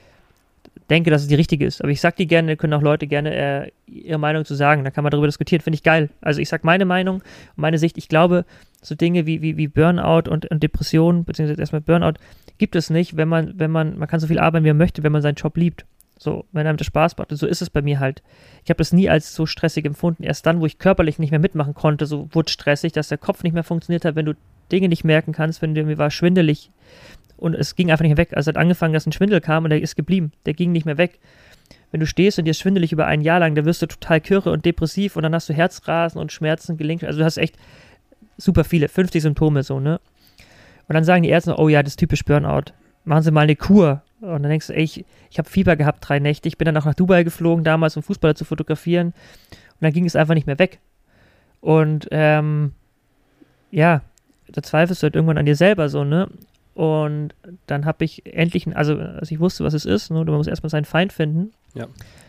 denke, dass es die richtige ist. Aber ich sag die gerne, können auch Leute gerne ihre Meinung zu sagen, da kann man darüber diskutieren, finde ich geil. Also ich sag meine Meinung und meine Sicht, ich glaube, so Dinge wie Burnout und Depression, beziehungsweise erstmal Burnout, gibt es nicht, wenn man kann so viel arbeiten, wie man möchte, wenn man seinen Job liebt. So, wenn einem das Spaß macht. Und so ist es bei mir halt. Ich habe das nie als so stressig empfunden. Erst dann, wo ich körperlich nicht mehr mitmachen konnte, so wurde stressig, dass der Kopf nicht mehr funktioniert hat, wenn du Dinge nicht merken kannst, wenn mir war schwindelig und es ging einfach nicht mehr weg. Also hat angefangen, dass ein Schwindel kam und der ist geblieben. Der ging nicht mehr weg. Wenn du stehst und dir ist schwindelig über ein Jahr lang, dann wirst du total kirre und depressiv und dann hast du Herzrasen und Schmerzen, Gelenk. Also du hast echt super viele, 50 Symptome so, ne? Und dann sagen die Ärzte, oh ja, das ist typisch Burnout. Machen Sie mal eine Kur. Und dann denkst du, ey, ich habe Fieber gehabt 3 Nächte. Ich bin dann auch nach Dubai geflogen, damals, um Fußballer zu fotografieren. Und dann ging es einfach nicht mehr weg. Und ja, da zweifelst du halt irgendwann an dir selber so, ne? Und dann habe ich endlich, also ich wusste, was es ist, ne? Man muss erstmal seinen Feind finden. Ja.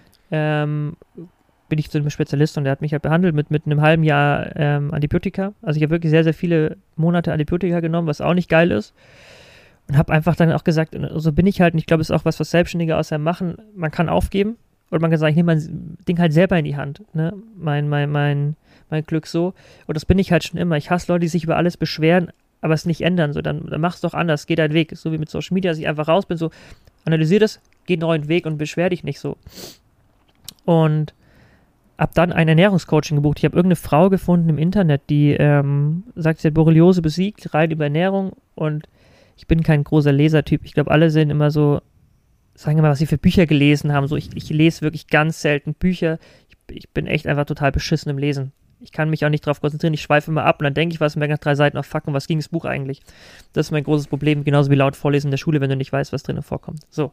Bin ich zu einem Spezialist und der hat mich halt behandelt mit einem halben Jahr Antibiotika. Also ich habe wirklich sehr, sehr viele Monate Antibiotika genommen, was auch nicht geil ist. Und habe einfach dann auch gesagt, so bin ich halt, und ich glaube, es ist auch was Selbstständige aus einem machen, man kann aufgeben, Und man kann sagen, ich nehme mein Ding halt selber in die Hand, ne? Mein Glück so. Und das bin ich halt schon immer. Ich hasse Leute, die sich über alles beschweren, aber es nicht ändern. So, dann mach's doch anders, geh deinen Weg. So wie mit Social Media, dass ich einfach raus bin, so, analysier das, geh einen neuen Weg und beschwer dich nicht so. Und hab dann ein Ernährungscoaching gebucht. Ich habe irgendeine Frau gefunden im Internet, die sagt, sie hat Borreliose besiegt, rein über Ernährung, und ich bin kein großer Lesertyp. Ich glaube, alle sind immer so, sagen immer, was sie für Bücher gelesen haben. So, ich lese wirklich ganz selten Bücher. Ich bin echt einfach total beschissen im Lesen. Ich kann mich auch nicht darauf konzentrieren, ich schweife immer ab und dann denke ich was und merke nach 3 Seiten, oh fuck, um was ging das Buch eigentlich? Das ist mein großes Problem, genauso wie laut vorlesen in der Schule, wenn du nicht weißt, was drinnen vorkommt. So,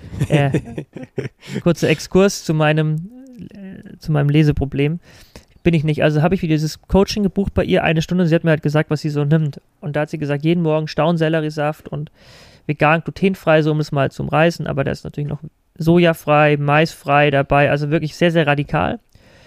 kurzer Exkurs zu meinem Leseproblem. Bin ich nicht. Also habe ich wieder dieses Coaching gebucht bei ihr, 1 Stunde, sie hat mir halt gesagt, was sie so nimmt. Und da hat sie gesagt, jeden Morgen Staunselleriesaft und vegan, glutenfrei, so um es mal zu umreißen, aber da ist natürlich noch sojafrei, maisfrei dabei, also wirklich sehr, sehr radikal.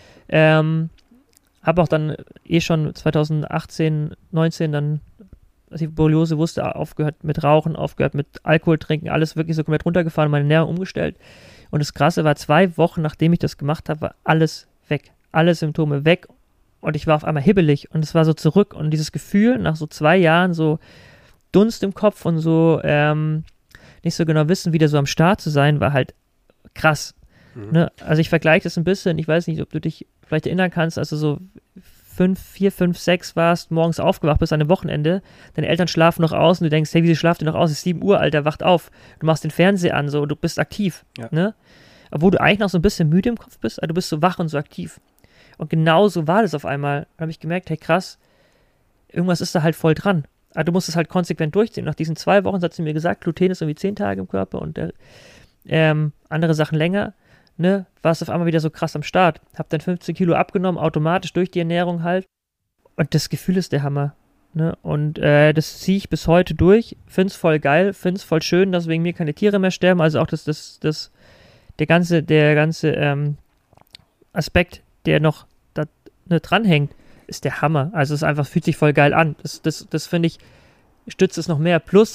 Habe auch dann schon 2018, 19 dann, als ich Borreliose wusste, aufgehört mit Rauchen, aufgehört mit Alkohol trinken, alles wirklich so komplett runtergefahren, meine Ernährung umgestellt. Und das Krasse war, 2 Wochen, nachdem ich das gemacht habe, war alles weg. Alle Symptome weg und ich war auf einmal hibbelig und es war so zurück und dieses Gefühl, nach so 2 Jahren so Dunst im Kopf und so nicht so genau wissen, wieder so am Start zu sein, war halt krass. Ne? Also ich vergleiche das ein bisschen, ich weiß nicht, ob du dich vielleicht erinnern kannst, als du so 4, 5, 6 warst, morgens aufgewacht bist an einem Wochenende, deine Eltern schlafen noch aus und du denkst, hey, wieso schlaft ihr noch aus? Es ist 7 Uhr, Alter, wacht auf. Du machst den Fernseher an, so, du bist aktiv. Ja. Ne? Obwohl du eigentlich noch so ein bisschen müde im Kopf bist, aber du bist so wach und so aktiv. Und genau so war das auf einmal. Da habe ich gemerkt, hey krass, irgendwas ist da halt voll dran. Aber du musst es halt konsequent durchziehen. Nach diesen 2 Wochen hat sie mir gesagt, Gluten ist irgendwie 10 Tage im Körper und andere Sachen länger. Ne, war es auf einmal wieder so krass am Start. Hab dann 15 Kilo abgenommen, automatisch durch die Ernährung halt. Und das Gefühl ist der Hammer. Ne? Und das ziehe ich bis heute durch. Find's voll geil, find's voll schön, dass wegen mir keine Tiere mehr sterben. Also auch der ganze Aspekt, der noch da dranhängt, ist der Hammer. Also es einfach fühlt sich voll geil an. Das finde ich, stützt es noch mehr. Plus,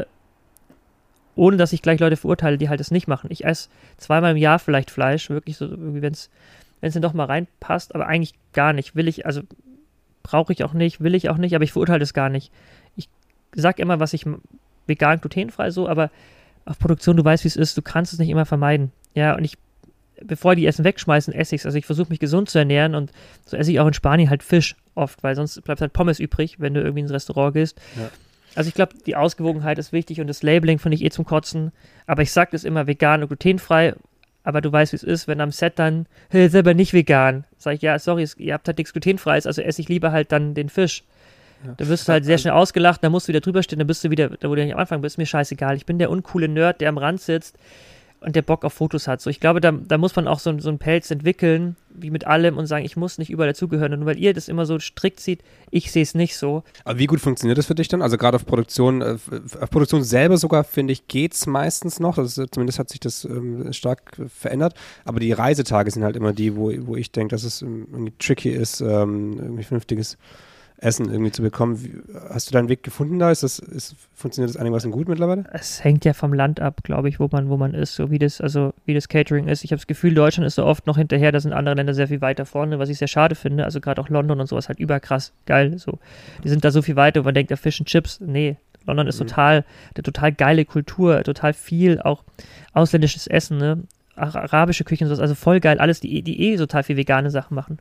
ohne dass ich gleich Leute verurteile, die halt das nicht machen. Ich esse 2-mal im Jahr vielleicht Fleisch, wirklich so, wenn es dann doch mal reinpasst, aber eigentlich gar nicht. Brauche ich auch nicht, will ich auch nicht, aber ich verurteile das gar nicht. Ich sag immer, was ich vegan, glutenfrei so, aber auf Produktion, du weißt, wie es ist, du kannst es nicht immer vermeiden. Ja, und bevor die Essen wegschmeißen, esse ich es. Also ich versuche mich gesund zu ernähren und so esse ich auch in Spanien halt Fisch oft, weil sonst bleibt halt Pommes übrig, wenn du irgendwie ins Restaurant gehst. Ja. Also ich glaube, die Ausgewogenheit ist wichtig und das Labeling finde ich zum Kotzen. Aber ich sage das immer, vegan und glutenfrei. Aber du weißt, wie es ist, wenn am Set dann, hey, selber nicht vegan. Sag ich, ja, sorry, ihr habt halt nichts glutenfreies, also esse ich lieber halt dann den Fisch. Ja. Da wirst du halt sehr schnell ausgelacht, dann musst du wieder drüber stehen, dann bist du wieder, da wo du nicht am Anfang bist, mir scheißegal. Ich bin der uncoole Nerd, der am Rand sitzt und der Bock auf Fotos hat. So, ich glaube, da muss man auch so einen Pelz entwickeln, wie mit allem, und sagen, ich muss nicht überall dazugehören. Und nur weil ihr das immer so strikt seht, ich sehe es nicht so. Aber wie gut funktioniert das für dich dann? Also gerade auf Produktion selber sogar, finde ich, geht's meistens noch. Zumindest hat sich das stark verändert. Aber die Reisetage sind halt immer die, wo ich denke, dass es irgendwie tricky ist, irgendwie vernünftiges Essen irgendwie zu bekommen. Hast du deinen Weg gefunden da? Funktioniert das einigermaßen gut mittlerweile? Es hängt ja vom Land ab, glaube ich, wo man ist, so wie das Catering ist. Ich habe das Gefühl, Deutschland ist so oft noch hinterher, da sind andere Länder sehr viel weiter vorne, was ich sehr schade finde. Also gerade auch London und sowas halt überkrass geil. So. Die sind da so viel weiter, wo man denkt, ja, Fish and Chips, nee. London ist total geile Kultur, total viel, auch ausländisches Essen, ne? Arabische Küche und sowas, also voll geil, alles, die total viel vegane Sachen machen.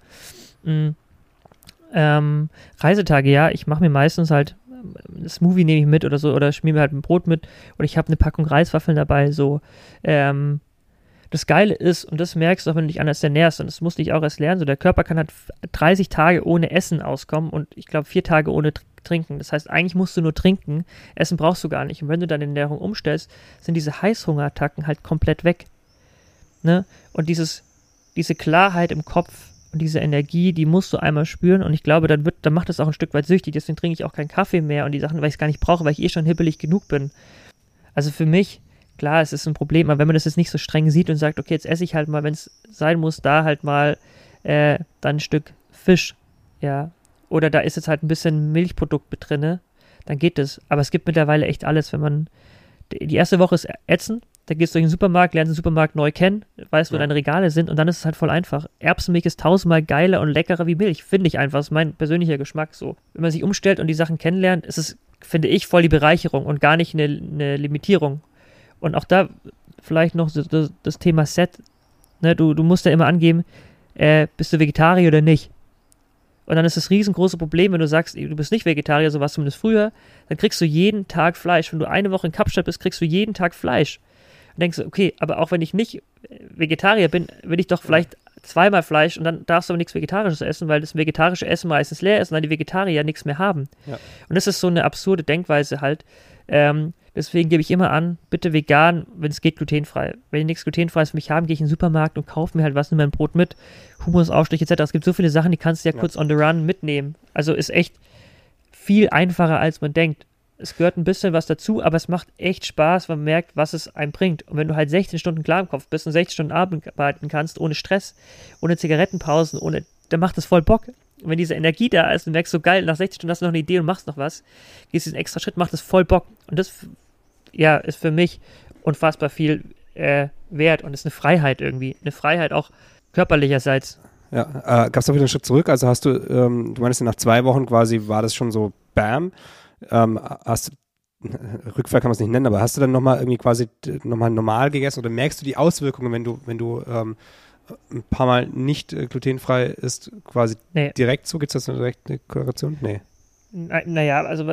Reisetage, ja, ich mache mir meistens halt ein Smoothie nehme ich mit oder so, oder schmier mir halt ein Brot mit oder ich habe eine Packung Reiswaffeln dabei, so. Das Geile ist, und das merkst du auch, wenn du dich anders ernährst, und das musste ich auch erst lernen, so der Körper kann halt 30 Tage ohne Essen auskommen und ich glaube 4 Tage ohne Trinken. Das heißt, eigentlich musst du nur trinken, Essen brauchst du gar nicht. Und wenn du deine Ernährung umstellst, sind diese Heißhungerattacken halt komplett weg. Ne? Und diese Klarheit im Kopf und diese Energie, die musst du einmal spüren, und ich glaube, dann macht es auch ein Stück weit süchtig, deswegen trinke ich auch keinen Kaffee mehr und die Sachen, weil ich es gar nicht brauche, weil ich schon hibbelig genug bin. Also für mich, klar, es ist ein Problem, aber wenn man das jetzt nicht so streng sieht und sagt, okay, jetzt esse ich halt mal, wenn es sein muss, da halt mal dann ein Stück Fisch, ja, oder da ist jetzt halt ein bisschen Milchprodukt mit drinne, dann geht es. Aber es gibt mittlerweile echt alles, wenn man, die erste Woche ist ätzend, Da gehst du durch den Supermarkt, lernst den Supermarkt neu kennen, weißt, wo Ja. deine Regale sind und dann ist es halt voll einfach. Erbsenmilch ist 1000-mal geiler und leckerer wie Milch, finde ich einfach. Das ist mein persönlicher Geschmack so. Wenn man sich umstellt und die Sachen kennenlernt, ist es, finde ich, voll die Bereicherung und gar nicht eine Limitierung. Und auch da vielleicht noch das Thema Set. Ne, du musst ja immer angeben, bist du Vegetarier oder nicht. Und dann ist das riesengroße Problem, wenn du sagst, du bist nicht Vegetarier, so warst du zumindest früher, dann kriegst du jeden Tag Fleisch. Wenn du eine Woche in Kapstadt bist, kriegst du jeden Tag Fleisch. Und denkst du, okay, aber auch wenn ich nicht Vegetarier bin, will ich doch vielleicht zweimal Fleisch und dann darfst du aber nichts Vegetarisches essen, weil das vegetarische Essen meistens leer ist und dann die Vegetarier nichts mehr haben. Ja. Und das ist so eine absurde Denkweise halt. Deswegen gebe ich immer an, bitte vegan, wenn es geht, glutenfrei. Wenn die nichts glutenfreies für mich haben, gehe ich in den Supermarkt und kaufe mir halt was, nehme mein Brot mit, Hummusaufstrich etc. Es gibt so viele Sachen, die kannst du ja kurz on the run mitnehmen. Also ist echt viel einfacher, als man denkt. Es gehört ein bisschen was dazu, aber es macht echt Spaß, wenn man merkt, was es einem bringt. Und wenn du halt 16 Stunden klar im Kopf bist und 16 Stunden arbeiten kannst, ohne Stress, ohne Zigarettenpausen, dann macht es voll Bock. Und wenn diese Energie da ist und merkst so geil, nach 60 Stunden hast du noch eine Idee und machst noch was, gehst diesen extra Schritt, macht es voll Bock. Und das, ja, ist für mich unfassbar viel wert und ist eine Freiheit irgendwie. Eine Freiheit auch körperlicherseits. Ja, gab es da wieder einen Schritt zurück? Also hast du, du meinst ja nach 2 Wochen quasi war das schon so Bam. Hast du, Rückfall kann man es nicht nennen, aber hast du dann nochmal irgendwie quasi nochmal normal gegessen oder merkst du die Auswirkungen, wenn du ein paar Mal nicht glutenfrei isst, quasi direkt so? Gibt es da direkt eine Korrelation? Nee. Naja, also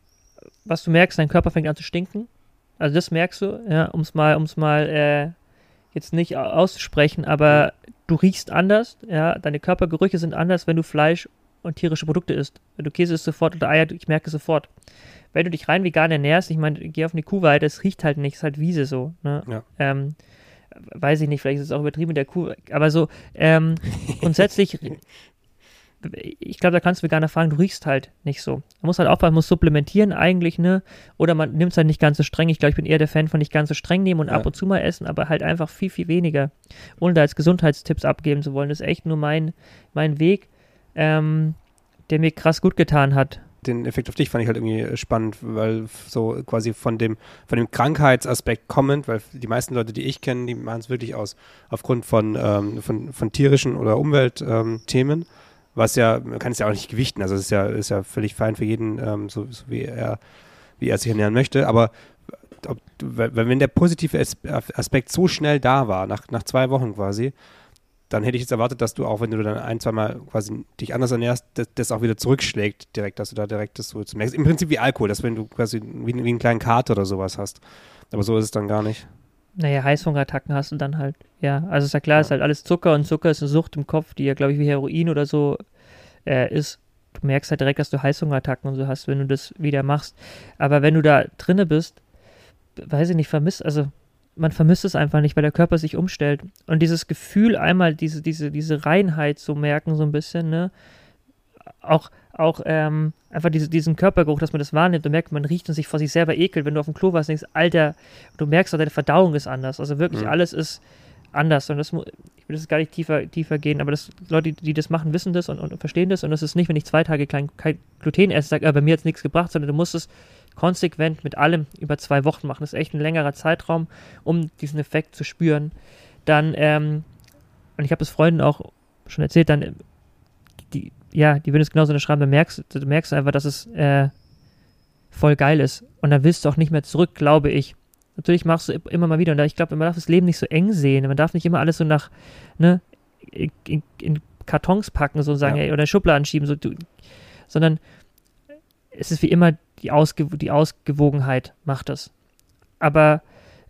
was du merkst, dein Körper fängt an zu stinken. Also das merkst du, ja, um es mal jetzt nicht auszusprechen, aber du riechst anders, ja, deine Körpergerüche sind anders, wenn du Fleisch und tierische Produkte isst. Wenn du Käse isst sofort oder Eier, ich merke es sofort. Wenn du dich rein vegan ernährst, ich meine, geh auf eine Kuhweide, es riecht halt nicht, es ist halt Wiese so, ne? Ja. Weiß ich nicht, vielleicht ist es auch übertrieben mit der Kuh, aber so, grundsätzlich, ich glaube, da kannst du vegan erfahren, du riechst halt nicht so. Man muss halt aufpassen, man muss supplementieren eigentlich, ne? Oder man nimmt es halt nicht ganz so streng. Ich glaube, ich bin eher der Fan von nicht ganz so streng nehmen und ab und zu mal essen, aber halt einfach viel, viel weniger. Ohne da jetzt Gesundheitstipps abgeben zu wollen. Das ist echt nur mein Weg, der mir krass gut getan hat. Den Effekt auf dich fand ich halt irgendwie spannend, weil so quasi von dem Krankheitsaspekt kommend, weil die meisten Leute, die ich kenne, die machen es wirklich aufgrund von tierischen oder Umweltthemen, was ja, man kann es ja auch nicht gewichten, also es ist ja völlig fein für jeden, so wie er sich ernähren möchte, aber wenn der positive Aspekt so schnell da war, nach 2 Wochen quasi, dann hätte ich jetzt erwartet, dass du auch, wenn du dann 1-2 Mal quasi dich anders ernährst, das auch wieder zurückschlägt direkt, dass du da direkt das so merkst. Im Prinzip wie Alkohol, dass wenn du quasi wie einen kleinen Kater oder sowas hast. Aber so ist es dann gar nicht. Naja, Heißhungerattacken hast du dann halt, ja. Also ist ja klar, ist halt alles Zucker und Zucker ist eine Sucht im Kopf, die ja, glaube ich, wie Heroin oder so ist. Du merkst halt direkt, dass du Heißhungerattacken und so hast, wenn du das wieder machst. Aber wenn du da drinne bist, weiß ich nicht, man vermisst es einfach nicht, weil der Körper sich umstellt. Und dieses Gefühl, einmal diese Reinheit zu merken, so ein bisschen, ne? Auch einfach diesen Körpergeruch, dass man das wahrnimmt und merkt, man riecht und sich vor sich selber ekelt. Wenn du auf dem Klo warst, denkst Alter, du merkst auch, deine Verdauung ist anders. Also wirklich alles ist anders. Und ich will das gar nicht tiefer gehen, aber Leute, die das machen, wissen das und verstehen das. Und das ist nicht, wenn ich 2 Tage kein Gluten esse, sage, bei mir hat es nichts gebracht, sondern du musst es konsequent mit allem über 2 Wochen machen. Das ist echt ein längerer Zeitraum, um diesen Effekt zu spüren. Dann, und ich habe es Freunden auch schon erzählt, dann, die würden es genauso unterschreiben, du merkst einfach, dass es voll geil ist. Und dann willst du auch nicht mehr zurück, glaube ich. Natürlich machst du immer mal wieder. Und ich glaube, man darf das Leben nicht so eng sehen. Man darf nicht immer alles so nach, ne, in Kartons packen so und sagen, oder Schubladen schieben, sondern es ist wie immer die Ausgewogenheit macht das. Aber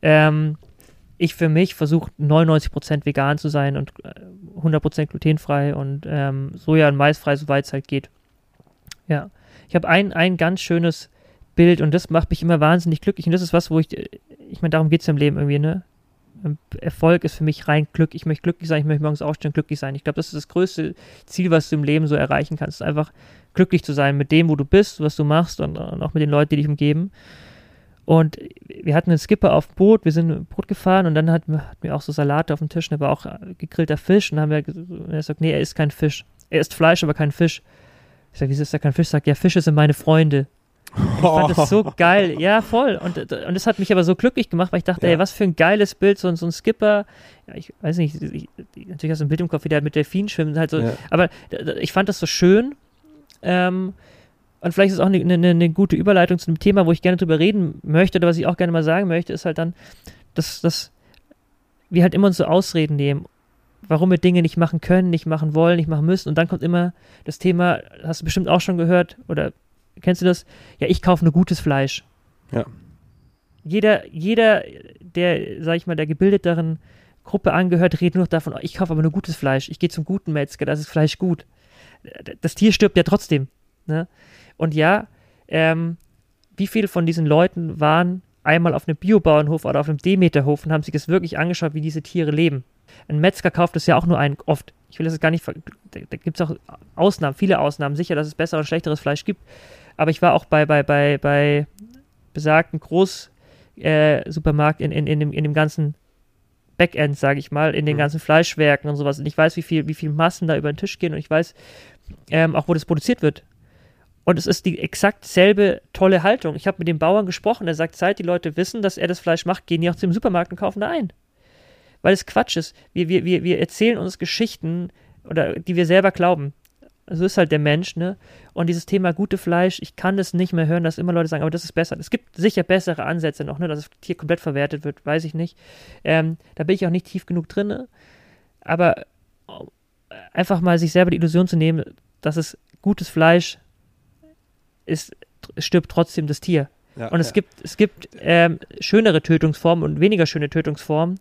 ich für mich versuche 99% vegan zu sein und 100% glutenfrei und Soja- und Maisfrei, soweit es halt geht. Ja. Ich habe ein ganz schönes Bild und das macht mich immer wahnsinnig glücklich und das ist was, wo ich meine, darum geht es im Leben irgendwie, ne? Erfolg ist für mich rein Glück. Ich möchte glücklich sein, ich möchte morgens aufstehen und glücklich sein. Ich glaube, das ist das größte Ziel, was du im Leben so erreichen kannst. Einfach glücklich zu sein mit dem, wo du bist, was du machst und auch mit den Leuten, die dich umgeben. Und wir hatten einen Skipper auf dem Boot, wir sind mit dem Boot gefahren und dann hatten wir auch so Salate auf dem Tisch, da war auch gegrillter Fisch und dann haben wir gesagt, nee, er isst kein Fisch. Er isst Fleisch, aber kein Fisch. Ich sage, wieso ist er kein Fisch? Ich sage, ja, Fische sind meine Freunde. Ich fand das so geil. Ja, voll. Und das hat mich aber so glücklich gemacht, weil ich dachte, ey, was für ein geiles Bild, so ein Skipper. Ja, ich weiß nicht, natürlich hast du ein Bild im Kopf, wie der mit Delfinen schwimmt. Halt so. Ja. Aber ich fand das so schön. Und vielleicht ist es auch eine gute Überleitung zu einem Thema, wo ich gerne drüber reden möchte, oder was ich auch gerne mal sagen möchte, ist halt dann, dass wir halt immer uns so Ausreden nehmen, warum wir Dinge nicht machen können, nicht machen wollen, nicht machen müssen. Und dann kommt immer das Thema, hast du bestimmt auch schon gehört, oder kennst du das? Ja, ich kaufe nur gutes Fleisch. Ja. Jeder, der, sag ich mal, der gebildeteren Gruppe angehört, redet nur noch davon, ich kaufe aber nur gutes Fleisch. Ich gehe zum guten Metzger, das ist Fleisch gut. Das Tier stirbt ja trotzdem. Ne? Und ja, wie viele von diesen Leuten waren einmal auf einem Biobauernhof oder auf einem Demeterhof und haben sich das wirklich angeschaut, wie diese Tiere leben? Ein Metzger kauft es ja auch nur oft. Ich will das gar nicht, da gibt es auch Ausnahmen, viele Ausnahmen. Sicher, dass es besseres und schlechteres Fleisch gibt. Aber ich war auch bei besagten Großsupermarkt in dem ganzen Backend, sage ich mal, in den ganzen Fleischwerken und sowas. Und ich weiß, wie viel Massen da über den Tisch gehen und ich weiß auch, wo das produziert wird. Und es ist die exakt selbe tolle Haltung. Ich habe mit dem Bauern gesprochen, der sagt, seit die Leute wissen, dass er das Fleisch macht, gehen die auch zum Supermarkt und kaufen da ein. Weil es Quatsch ist. Wir erzählen uns Geschichten, oder die wir selber glauben. So ist halt der Mensch, ne? Und dieses Thema gute Fleisch, ich kann das nicht mehr hören, dass immer Leute sagen, aber das ist besser. Es gibt sicher bessere Ansätze noch, ne? Dass das Tier komplett verwertet wird, weiß ich nicht. Da bin ich auch nicht tief genug drin. Ne? Aber einfach mal sich selber die Illusion zu nehmen, dass es gutes Fleisch ist, stirbt trotzdem das Tier. Ja, und es gibt schönere Tötungsformen und weniger schöne Tötungsformen,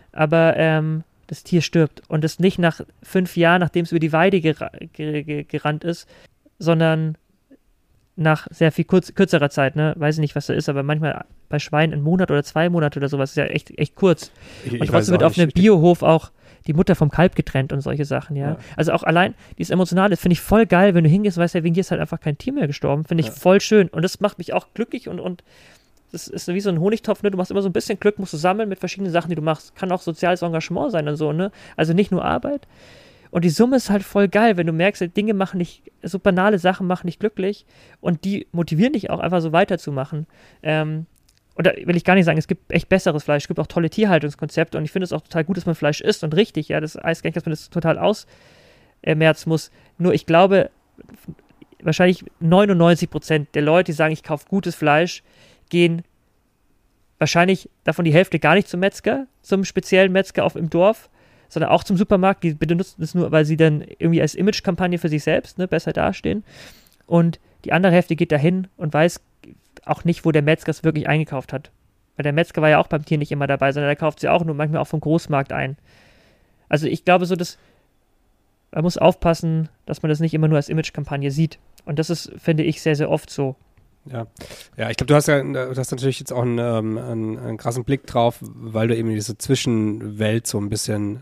aber das Tier stirbt. Und das nicht nach 5 Jahren, nachdem es über die Weide gerannt ist, sondern nach sehr viel kürzerer Zeit, ne? Weiß ich nicht, was da ist, aber manchmal bei Schweinen 1 Monat oder 2 Monate oder sowas ist ja echt kurz. Und trotzdem wird auf einem Biohof auch die Mutter vom Kalb getrennt und solche Sachen, ja. Also auch allein dieses Emotionale, finde ich voll geil, wenn du hingehst, weißt ja, wegen dir ist halt einfach kein Tier mehr gestorben. Finde ich voll schön. Und das macht mich auch glücklich und das ist wie so ein Honigtopf, ne? Du machst immer so ein bisschen Glück, musst du sammeln mit verschiedenen Sachen, die du machst. Kann auch soziales Engagement sein und so, ne? Also nicht nur Arbeit. Und die Summe ist halt voll geil, wenn du merkst, Dinge machen dich, so banale Sachen machen dich glücklich und die motivieren dich auch einfach so weiterzumachen. Und da will ich gar nicht sagen, es gibt echt besseres Fleisch, es gibt auch tolle Tierhaltungskonzepte und ich finde es auch total gut, dass man Fleisch isst und richtig, ja, das heißt gar nicht, dass man das total ausmerzen muss. Nur ich glaube, wahrscheinlich 99% der Leute, die sagen, ich kaufe gutes Fleisch, gehen wahrscheinlich davon die Hälfte gar nicht zum Metzger, zum speziellen Metzger im Dorf, sondern auch zum Supermarkt. Die benutzen es nur, weil sie dann irgendwie als Imagekampagne für sich selbst, ne, besser dastehen. Und die andere Hälfte geht dahin und weiß auch nicht, wo der Metzger es wirklich eingekauft hat. Weil der Metzger war ja auch beim Tier nicht immer dabei, sondern der kauft sie auch nur manchmal auch vom Großmarkt ein. Also ich glaube so, dass man muss aufpassen, dass man das nicht immer nur als Imagekampagne sieht. Und das ist, finde ich, sehr, sehr oft so. Ja, ich glaube, du hast natürlich jetzt auch einen krassen Blick drauf, weil du eben diese Zwischenwelt so ein bisschen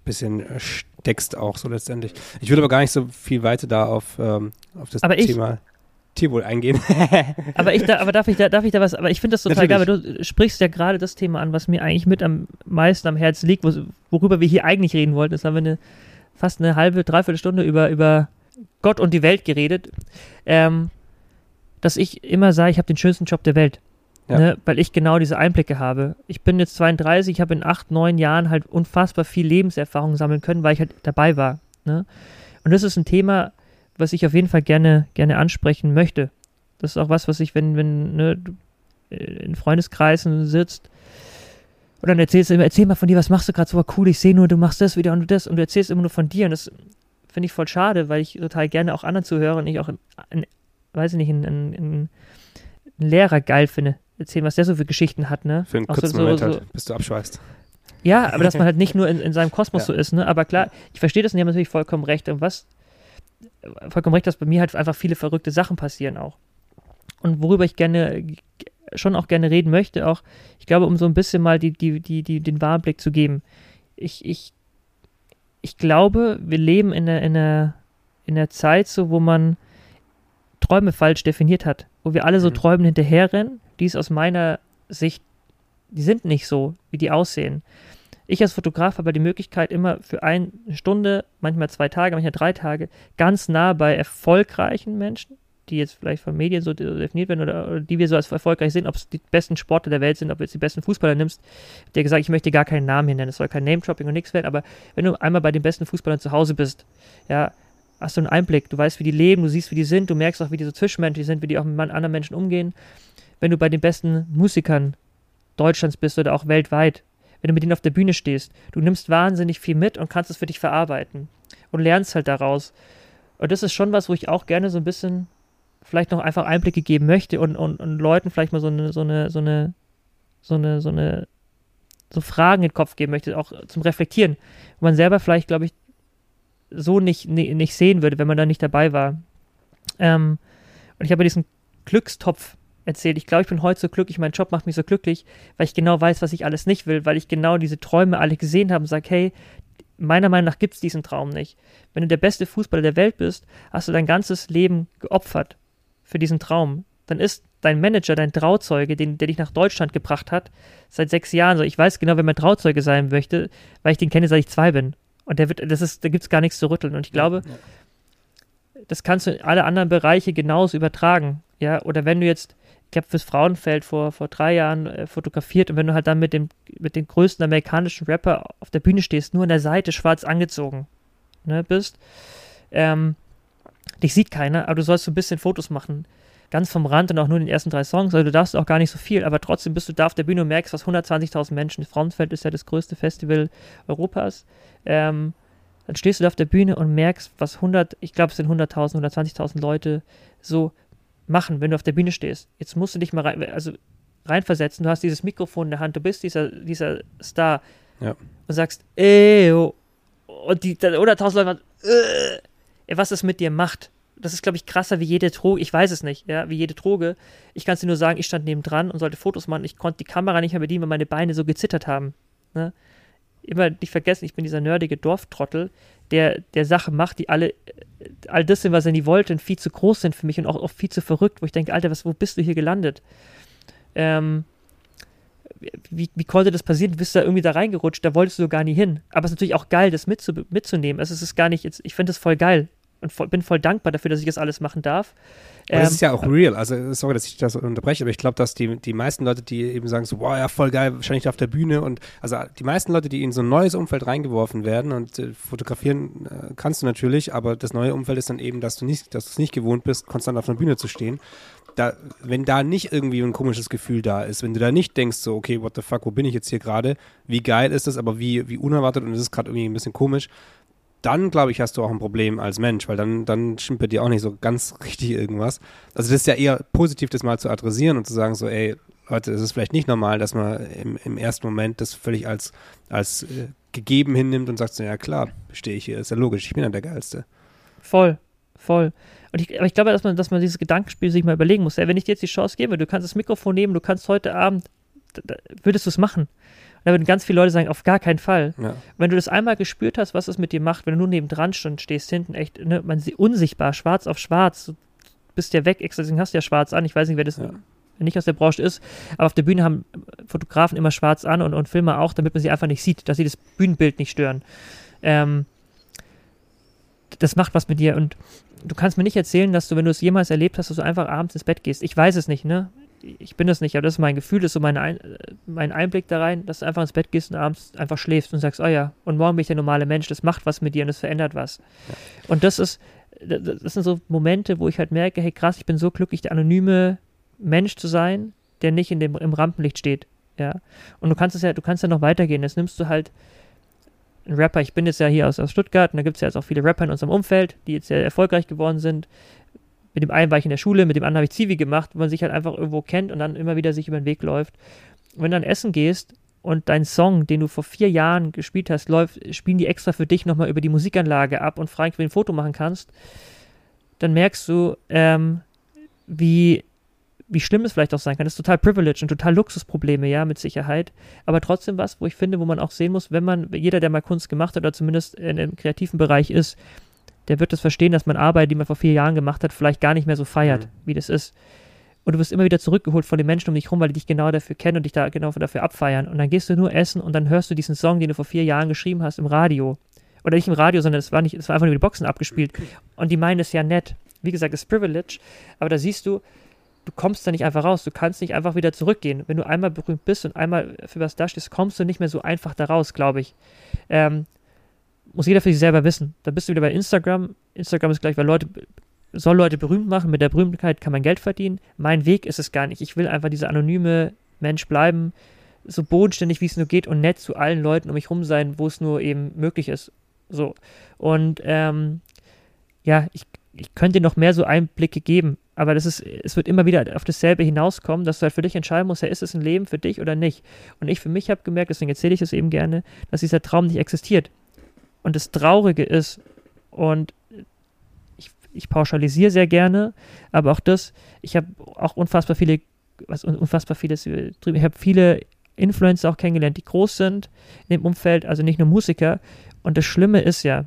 steckst auch so letztendlich. Ich würde aber gar nicht so viel weiter da auf das Thema Tierwohl eingehen. aber darf ich da was, aber ich finde das total geil, weil du sprichst ja gerade das Thema an, was mir eigentlich mit am meisten am Herzen liegt, worüber wir hier eigentlich reden wollten. Das haben wir fast eine halbe, dreiviertel Stunde über Gott und die Welt geredet. Dass ich immer sage, ich habe den schönsten Job der Welt, ne? Weil ich genau diese Einblicke habe. Ich bin jetzt 32, ich habe in 8, 9 Jahren halt unfassbar viel Lebenserfahrung sammeln können, weil ich halt dabei war. Ne? Und das ist ein Thema, was ich auf jeden Fall gerne ansprechen möchte. Das ist auch was ich, wenn ne, du in Freundeskreisen sitzt und dann erzähl mal von dir, was machst du gerade so cool, ich sehe nur, du machst das wieder und du das und du erzählst immer nur von dir und das finde ich voll schade, weil ich total gerne auch anderen zuhöre und ich auch einen Lehrer geil finde, erzählen, was der so für Geschichten hat, ne? Für einen kurzen Moment halt, bis du abschweißt. Ja, aber dass man halt nicht nur in seinem Kosmos so ist, ne? Aber klar, ich verstehe das und die haben natürlich vollkommen recht. Und vollkommen recht, dass bei mir halt einfach viele verrückte Sachen passieren auch. Und worüber ich schon auch gerne reden möchte, auch, ich glaube, um so ein bisschen mal den wahren Blick zu geben. Ich glaube, wir leben in einer Zeit so, wo man Träume falsch definiert hat, wo wir alle so Träumen hinterherrennen, die ist aus meiner Sicht, die sind nicht so, wie die aussehen. Ich als Fotograf habe die Möglichkeit, immer für 1 Stunde, manchmal 2 Tage, manchmal 3 Tage, ganz nah bei erfolgreichen Menschen, die jetzt vielleicht von Medien so definiert werden oder die wir so als erfolgreich sehen, ob es die besten Sportler der Welt sind, ob du jetzt die besten Fußballer nimmst, der gesagt, ich möchte gar keinen Namen hier nennen, es soll kein Name-Dropping und nichts werden, aber wenn du einmal bei den besten Fußballern zu Hause bist, ja, hast du einen Einblick, du weißt, wie die leben, du siehst, wie die sind, du merkst auch, wie die so zwischenmenschlich sind, wie die auch mit anderen Menschen umgehen. Wenn du bei den besten Musikern Deutschlands bist oder auch weltweit, wenn du mit denen auf der Bühne stehst, du nimmst wahnsinnig viel mit und kannst es für dich verarbeiten und lernst halt daraus. Und das ist schon was, wo ich auch gerne so ein bisschen vielleicht noch einfach Einblicke geben möchte und Leuten vielleicht mal so Fragen in den Kopf geben möchte, auch zum Reflektieren, wo man selber vielleicht, glaube ich, so nicht sehen würde, wenn man da nicht dabei war. Und ich habe diesen Glückstopf erzählt. Ich glaube, ich bin heute so glücklich, mein Job macht mich so glücklich, weil ich genau weiß, was ich alles nicht will, weil ich genau diese Träume alle gesehen habe und sage, hey, meiner Meinung nach gibt es diesen Traum nicht. Wenn du der beste Fußballer der Welt bist, hast du dein ganzes Leben geopfert für diesen Traum. Dann ist dein Manager, dein Trauzeuge, der dich nach Deutschland gebracht hat, seit 6 Jahren so. Ich weiß genau, wer mein Trauzeuge sein möchte, weil ich den kenne, seit ich 2 bin. Und da gibt es gar nichts zu rütteln. Und ich glaube, das kannst du in alle anderen Bereiche genauso übertragen. Ja, oder wenn du jetzt, ich habe fürs Frauenfeld vor 3 Jahren fotografiert und wenn du halt dann mit dem größten amerikanischen Rapper auf der Bühne stehst, nur an der Seite schwarz angezogen, ne, bist, dich sieht keiner, aber du sollst so ein bisschen Fotos machen, ganz vom Rand und auch nur in den ersten 3 Songs, also du darfst auch gar nicht so viel, aber trotzdem bist du da auf der Bühne und merkst, was 120.000 Menschen, das Frauenfeld ist ja das größte Festival Europas, dann stehst du da auf der Bühne und merkst, was ich glaube es sind 100.000, 120.000 Leute so machen, wenn du auf der Bühne stehst. Jetzt musst du dich mal reinversetzen, du hast dieses Mikrofon in der Hand, du bist dieser Star und sagst, und die 100.000 Leute machen, was das mit dir macht. Das ist, glaube ich, krasser wie jede Droge, ich weiß es nicht, ja, wie jede Droge. Ich kann es dir nur sagen, ich stand nebendran und sollte Fotos machen, ich konnte die Kamera nicht mehr bedienen, weil meine Beine so gezittert haben. Ne? Immer nicht vergessen, ich bin dieser nerdige Dorftrottel, der Sachen macht, die all das sind, was er nie wollte, und viel zu groß sind für mich und auch viel zu verrückt, wo ich denke, Alter, wo bist du hier gelandet? Wie konnte das passieren? Du bist da irgendwie da reingerutscht, da wolltest du gar nie hin. Aber es ist natürlich auch geil, das mitzunehmen. Also es ist gar nicht, ich finde das voll geil und bin voll dankbar dafür, dass ich das alles machen darf. Das ist ja auch real, also sorry, dass ich das unterbreche, aber ich glaube, dass die meisten Leute, die eben sagen so, boah, ja, voll geil, wahrscheinlich auf der Bühne und also die meisten Leute, die in so ein neues Umfeld reingeworfen werden und fotografieren kannst du natürlich, aber das neue Umfeld ist dann eben, dass du es nicht gewohnt bist, konstant auf einer Bühne zu stehen. Wenn da nicht irgendwie ein komisches Gefühl da ist, wenn du da nicht denkst so, okay, what the fuck, wo bin ich jetzt hier gerade, wie geil ist das, aber wie unerwartet und es ist gerade irgendwie ein bisschen komisch, dann, glaube ich, hast du auch ein Problem als Mensch, weil dann stimmt bei dir auch nicht so ganz richtig irgendwas. Also das ist ja eher positiv, das mal zu adressieren und zu sagen so, ey, Leute, es ist vielleicht nicht normal, dass man im ersten Moment das völlig als gegeben hinnimmt und sagt so, ja klar, stehe ich hier, ist ja logisch, ich bin ja der Geilste. Voll. Und aber ich glaube, dass man dieses Gedankenspiel sich mal überlegen muss. Ey, wenn ich dir jetzt die Chance gebe, du kannst das Mikrofon nehmen, du kannst heute Abend, würdest du es machen? Und da würden ganz viele Leute sagen, auf gar keinen Fall. Ja. Wenn du das einmal gespürt hast, was es mit dir macht, wenn du nur nebendran stehst, hinten echt, ne, man sieht unsichtbar, schwarz auf schwarz, du bist ja weg, deswegen hast du ja schwarz an, ich weiß nicht, wer das nicht aus der Branche ist, aber auf der Bühne haben Fotografen immer schwarz an und Filmer auch, damit man sie einfach nicht sieht, dass sie das Bühnenbild nicht stören. Das macht was mit dir und du kannst mir nicht erzählen, dass du, wenn du es jemals erlebt hast, dass du einfach abends ins Bett gehst. Ich weiß es nicht, ne? Ich bin das nicht, aber das ist mein Gefühl, das ist so mein Einblick da rein, dass du einfach ins Bett gehst und abends einfach schläfst und sagst, oh ja, und morgen bin ich der normale Mensch, das macht was mit dir und das verändert was. Ja. Und das sind so Momente, wo ich halt merke, hey krass, ich bin so glücklich, der anonyme Mensch zu sein, der nicht im Rampenlicht steht. Ja. Und du kannst ja noch weitergehen. Jetzt nimmst du halt einen Rapper, ich bin jetzt ja hier aus Stuttgart und da gibt es ja jetzt auch viele Rapper in unserem Umfeld, die jetzt sehr erfolgreich geworden sind. Mit dem einen war ich in der Schule, mit dem anderen habe ich Zivi gemacht, wo man sich halt einfach irgendwo kennt und dann immer wieder sich über den Weg läuft. Und wenn du dann essen gehst und dein Song, den du vor 4 Jahren gespielt hast, spielen die extra für dich nochmal über die Musikanlage ab und fragen, ob du ein Foto machen kannst, dann merkst du, wie schlimm es vielleicht auch sein kann. Das ist total Privilege und total Luxusprobleme, ja, mit Sicherheit. Aber trotzdem was, wo ich finde, wo man auch sehen muss, jeder, der mal Kunst gemacht hat oder zumindest in einem kreativen Bereich ist, der wird das verstehen, dass man Arbeit, die man vor 4 Jahren gemacht hat, vielleicht gar nicht mehr so feiert, wie das ist. Und du wirst immer wieder zurückgeholt von den Menschen um dich rum, weil die dich genau dafür kennen und dich da genau dafür abfeiern. Und dann gehst du nur essen und dann hörst du diesen Song, den du vor 4 Jahren geschrieben hast, im Radio. Oder nicht im Radio, sondern es war einfach nur über die Boxen abgespielt. Und die meinen es ja nett. wie gesagt, ist Privilege, aber da siehst du, du kommst da nicht einfach raus, du kannst nicht einfach wieder zurückgehen. Wenn du einmal berühmt bist und einmal für was da stehst, kommst du nicht mehr so einfach da raus, glaube ich. Muss jeder für sich selber wissen. Da bist du wieder bei Instagram. Instagram ist gleich, weil soll Leute berühmt machen, mit der Berühmtheit kann man Geld verdienen. Mein Weg ist es gar nicht. Ich will einfach dieser anonyme Mensch bleiben, so bodenständig, wie es nur geht und nett zu allen Leuten um mich rum sein, wo es nur eben möglich ist. So. Und ich könnte dir noch mehr so Einblicke geben, aber es wird immer wieder auf dasselbe hinauskommen, dass du halt für dich entscheiden musst, ist es ein Leben für dich oder nicht? Und ich für mich habe gemerkt, deswegen erzähle ich es eben gerne, dass dieser Traum nicht existiert. Und das Traurige ist, und ich pauschalisiere sehr gerne, aber auch das, ich habe auch unfassbar vieles drüber, ich habe viele Influencer auch kennengelernt, die groß sind in dem Umfeld, also nicht nur Musiker. Und das Schlimme ist ja,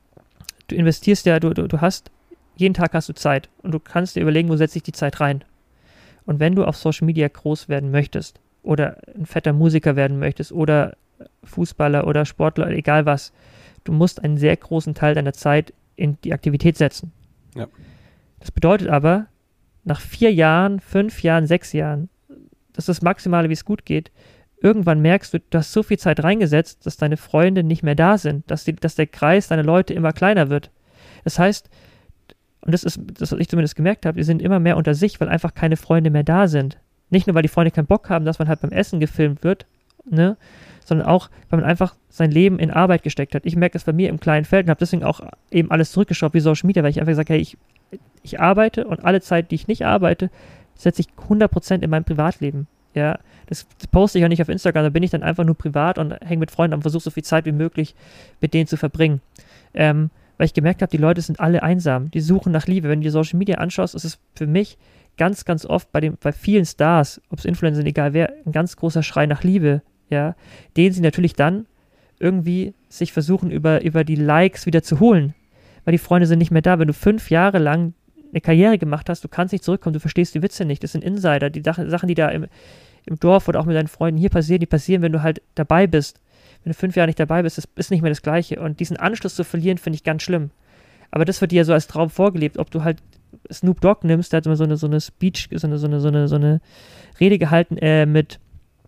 du investierst ja, du hast, jeden Tag hast du Zeit und du kannst dir überlegen, wo setze ich die Zeit rein. Und wenn du auf Social Media groß werden möchtest oder ein fetter Musiker werden möchtest oder Fußballer oder Sportler, egal was, du musst einen sehr großen Teil deiner Zeit in die Aktivität setzen. Ja. Das bedeutet aber, nach 4 Jahren, 5 Jahren, 6 Jahren, das ist das Maximale, wie es gut geht, irgendwann merkst du, du hast so viel Zeit reingesetzt, dass deine Freunde nicht mehr da sind, dass der Kreis deiner Leute immer kleiner wird. Das heißt, und das ist das, was ich zumindest gemerkt habe, die sind immer mehr unter sich, weil einfach keine Freunde mehr da sind. Nicht nur, weil die Freunde keinen Bock haben, dass man halt beim Essen gefilmt wird, ne, sondern auch, weil man einfach sein Leben in Arbeit gesteckt hat. Ich merke das bei mir im kleinen Feld und habe deswegen auch eben alles zurückgeschraubt wie Social Media, weil ich einfach gesagt habe, hey, ich arbeite und alle Zeit, die ich nicht arbeite, setze ich 100% in mein Privatleben. Ja, das poste ich auch nicht auf Instagram, da bin ich dann einfach nur privat und hänge mit Freunden und versuche so viel Zeit wie möglich mit denen zu verbringen. Weil ich gemerkt habe, die Leute sind alle einsam, die suchen nach Liebe. Wenn du dir Social Media anschaust, ist es für mich ganz, ganz oft bei vielen Stars, ob es Influencer sind, egal wer, ein ganz großer Schrei nach Liebe, ja, den sie natürlich dann irgendwie sich versuchen, über die Likes wieder zu holen, weil die Freunde sind nicht mehr da. Wenn du 5 Jahre lang eine Karriere gemacht hast, du kannst nicht zurückkommen, du verstehst die Witze nicht, das sind Insider, die Sachen, die da im Dorf oder auch mit deinen Freunden hier passieren, die passieren, wenn du halt dabei bist. Wenn du 5 Jahre nicht dabei bist, das ist nicht mehr das Gleiche. Und diesen Anschluss zu verlieren, finde ich ganz schlimm. Aber das wird dir ja so als Traum vorgelebt, ob du halt Snoop Dogg nimmst, der hat immer so eine Speech, so eine Rede gehalten mit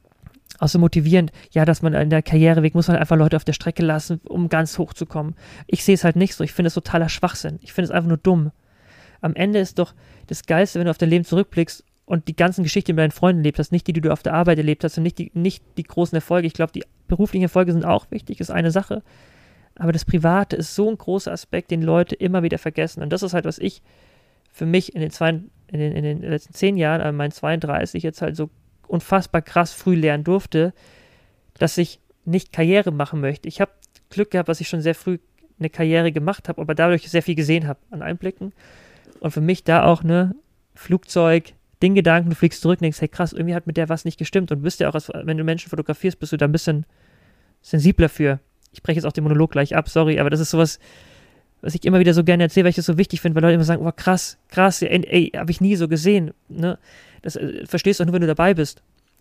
auch so motivierend, ja, dass man in der Karriereweg muss man einfach Leute auf der Strecke lassen, um ganz hoch zu kommen. Ich sehe es halt nicht so. Ich finde es totaler Schwachsinn. Ich finde es einfach nur dumm. Am Ende ist doch das Geilste, wenn du auf dein Leben zurückblickst und die ganzen Geschichten mit deinen Freunden erlebt hast, nicht die du auf der Arbeit erlebt hast und nicht die großen Erfolge. Ich glaube, die beruflichen Erfolge sind auch wichtig, ist eine Sache. Aber das Private ist so ein großer Aspekt, den Leute immer wieder vergessen. Und das ist halt, was ich für mich in den letzten 10 Jahren, an meinen 32, jetzt halt so unfassbar krass früh lernen durfte, dass ich nicht Karriere machen möchte. Ich habe Glück gehabt, dass ich schon sehr früh eine Karriere gemacht habe, aber dadurch sehr viel gesehen habe an Einblicken. Und für mich da auch, ne, Flugzeug, den Gedanken, du fliegst zurück und denkst, hey krass, irgendwie hat mit der was nicht gestimmt. Und du bist ja auch, wenn du Menschen fotografierst, bist du da ein bisschen sensibler für. Ich breche jetzt auch den Monolog gleich ab, sorry, aber das ist sowas, was ich immer wieder so gerne erzähle, weil ich das so wichtig finde, weil Leute immer sagen, oh krass, ey, habe ich nie so gesehen. Ne? Das verstehst du auch nur, wenn du dabei bist.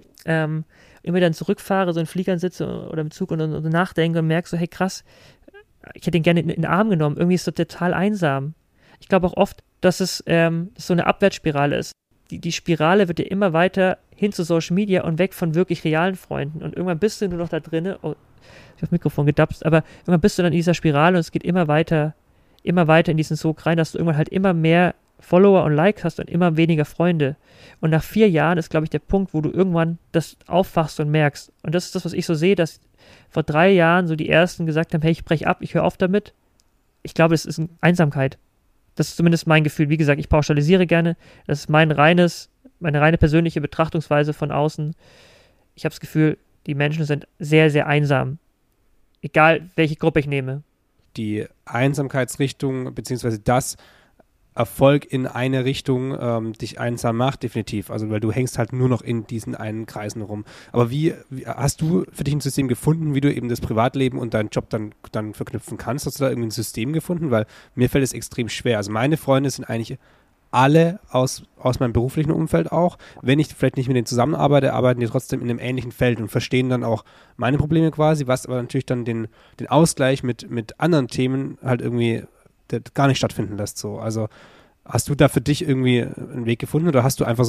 Immer dann zurückfahre, so in Fliegern sitze oder im Zug und nachdenke und merke so, hey krass, ich hätte ihn gerne in den Arm genommen. Irgendwie ist das total einsam. Ich glaube auch oft, dass es so eine Abwärtsspirale ist. Die Spirale wird ja immer weiter hin zu Social Media und weg von wirklich realen Freunden. Und irgendwann bist du nur noch da drinne. Oh, ich habe das Mikrofon gedapst, aber irgendwann bist du dann in dieser Spirale und es geht immer weiter in diesen Sog rein, dass du irgendwann halt immer mehr Follower und Likes hast und immer weniger Freunde. Und nach 4 Jahren ist, glaube ich, der Punkt, wo du irgendwann das aufwachst und merkst. Und das ist das, was ich so sehe, dass vor 3 Jahren so die Ersten gesagt haben, hey, ich breche ab, ich höre auf damit. Ich glaube, das ist eine Einsamkeit. Das ist zumindest mein Gefühl. Wie gesagt, ich pauschalisiere gerne. Das ist meine reine persönliche Betrachtungsweise von außen. Ich habe das Gefühl, die Menschen sind sehr, sehr einsam. Egal, welche Gruppe ich nehme. Die Einsamkeitsrichtung, beziehungsweise das Erfolg in eine Richtung dich einsam macht, definitiv. Also, weil du hängst halt nur noch in diesen einen Kreisen rum. Aber wie hast du für dich ein System gefunden, wie du eben das Privatleben und deinen Job dann verknüpfen kannst? Hast du da irgendwie ein System gefunden? Weil mir fällt es extrem schwer. Also meine Freunde sind eigentlich alle aus meinem beruflichen Umfeld auch. Wenn ich vielleicht nicht mit denen zusammenarbeite, arbeiten die trotzdem in einem ähnlichen Feld und verstehen dann auch meine Probleme quasi, was aber natürlich dann den Ausgleich mit anderen Themen halt irgendwie gar nicht stattfinden lässt. So. Also Hast du da für dich irgendwie einen Weg gefunden oder hast du einfach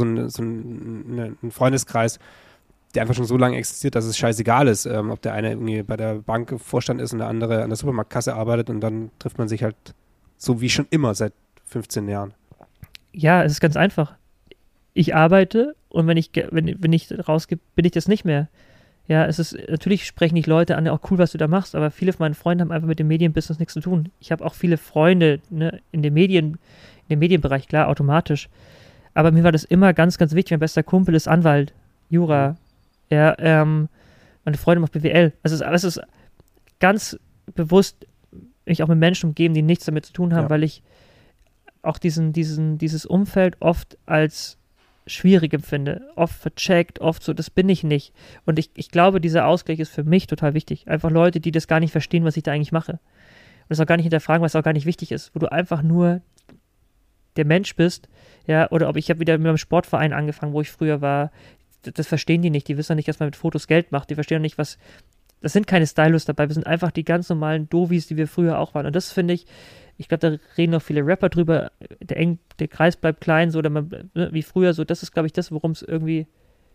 einen Freundeskreis, der einfach schon so lange existiert, dass es scheißegal ist, ob der eine irgendwie bei der Bank Vorstand ist und der andere an der Supermarktkasse arbeitet und dann trifft man sich halt so wie schon immer seit 15 Jahren? Ja, es ist ganz einfach. Ich arbeite und wenn ich rausgehe, bin ich das nicht mehr. Ja, natürlich sprechen dich Leute an, auch cool, was du da machst, aber viele von meinen Freunden haben einfach mit dem Medienbusiness nichts zu tun. Ich habe auch viele Freunde, ne, in dem Medienbereich, klar, automatisch. Aber mir war das immer ganz, ganz wichtig. Mein bester Kumpel ist Anwalt, Jura. Ja, meine Freundin macht BWL. Also es ist ganz bewusst mich auch mit Menschen umgeben, die nichts damit zu tun haben, weil ich auch dieses Umfeld oft als schwierig empfinde, oft vercheckt, oft so, das bin ich nicht. Und ich glaube, dieser Ausgleich ist für mich total wichtig. Einfach Leute, die das gar nicht verstehen, was ich da eigentlich mache. Und das auch gar nicht hinterfragen, was auch gar nicht wichtig ist. Wo du einfach nur der Mensch bist, ja, oder ich habe wieder mit einem Sportverein angefangen, wo ich früher war. Das verstehen die nicht. Die wissen nicht, dass man mit Fotos Geld macht. Die verstehen nicht, das sind keine Stylos dabei. Wir sind einfach die ganz normalen Dovis, die wir früher auch waren. Und das finde ich glaube, da reden noch viele Rapper drüber, der Kreis bleibt klein, so, oder wie früher, so, das ist, glaube ich, das, worum es irgendwie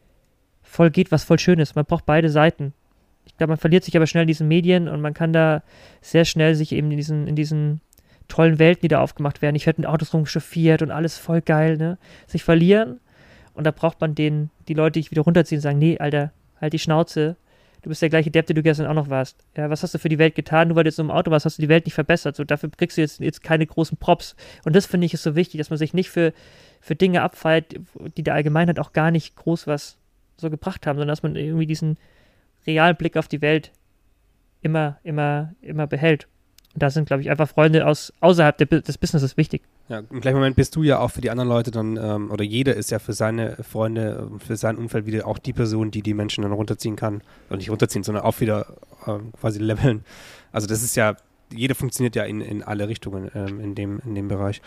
voll geht, was voll schön ist. Man braucht beide Seiten. Ich glaube, man verliert sich aber schnell in diesen Medien und man kann da sehr schnell sich eben in diesen tollen Welten, die da aufgemacht werden, ich werde mit Autos rumchauffiert und alles voll geil, ne, sich verlieren und da braucht man die Leute, die ich wieder runterziehen und sagen, nee, Alter, halt die Schnauze, du bist der gleiche Depp, der du gestern auch noch warst. Ja, was hast du für die Welt getan? Nur weil du jetzt im Auto warst, hast du die Welt nicht verbessert. So, dafür kriegst du jetzt keine großen Props. Und das finde ich ist so wichtig, dass man sich nicht für Dinge abfeiert, die der Allgemeinheit auch gar nicht groß was so gebracht haben, sondern dass man irgendwie diesen realen Blick auf die Welt immer behält. Und da sind, glaube ich, einfach Freunde außerhalb des Businesses wichtig. Ja, im gleichen Moment bist du ja auch für die anderen Leute dann, oder jeder ist ja für seine Freunde, für sein Umfeld wieder auch die Person, die Menschen dann runterziehen kann. Oder nicht runterziehen, sondern auch wieder quasi leveln. Also das ist ja, jeder funktioniert ja in alle Richtungen in dem Bereich.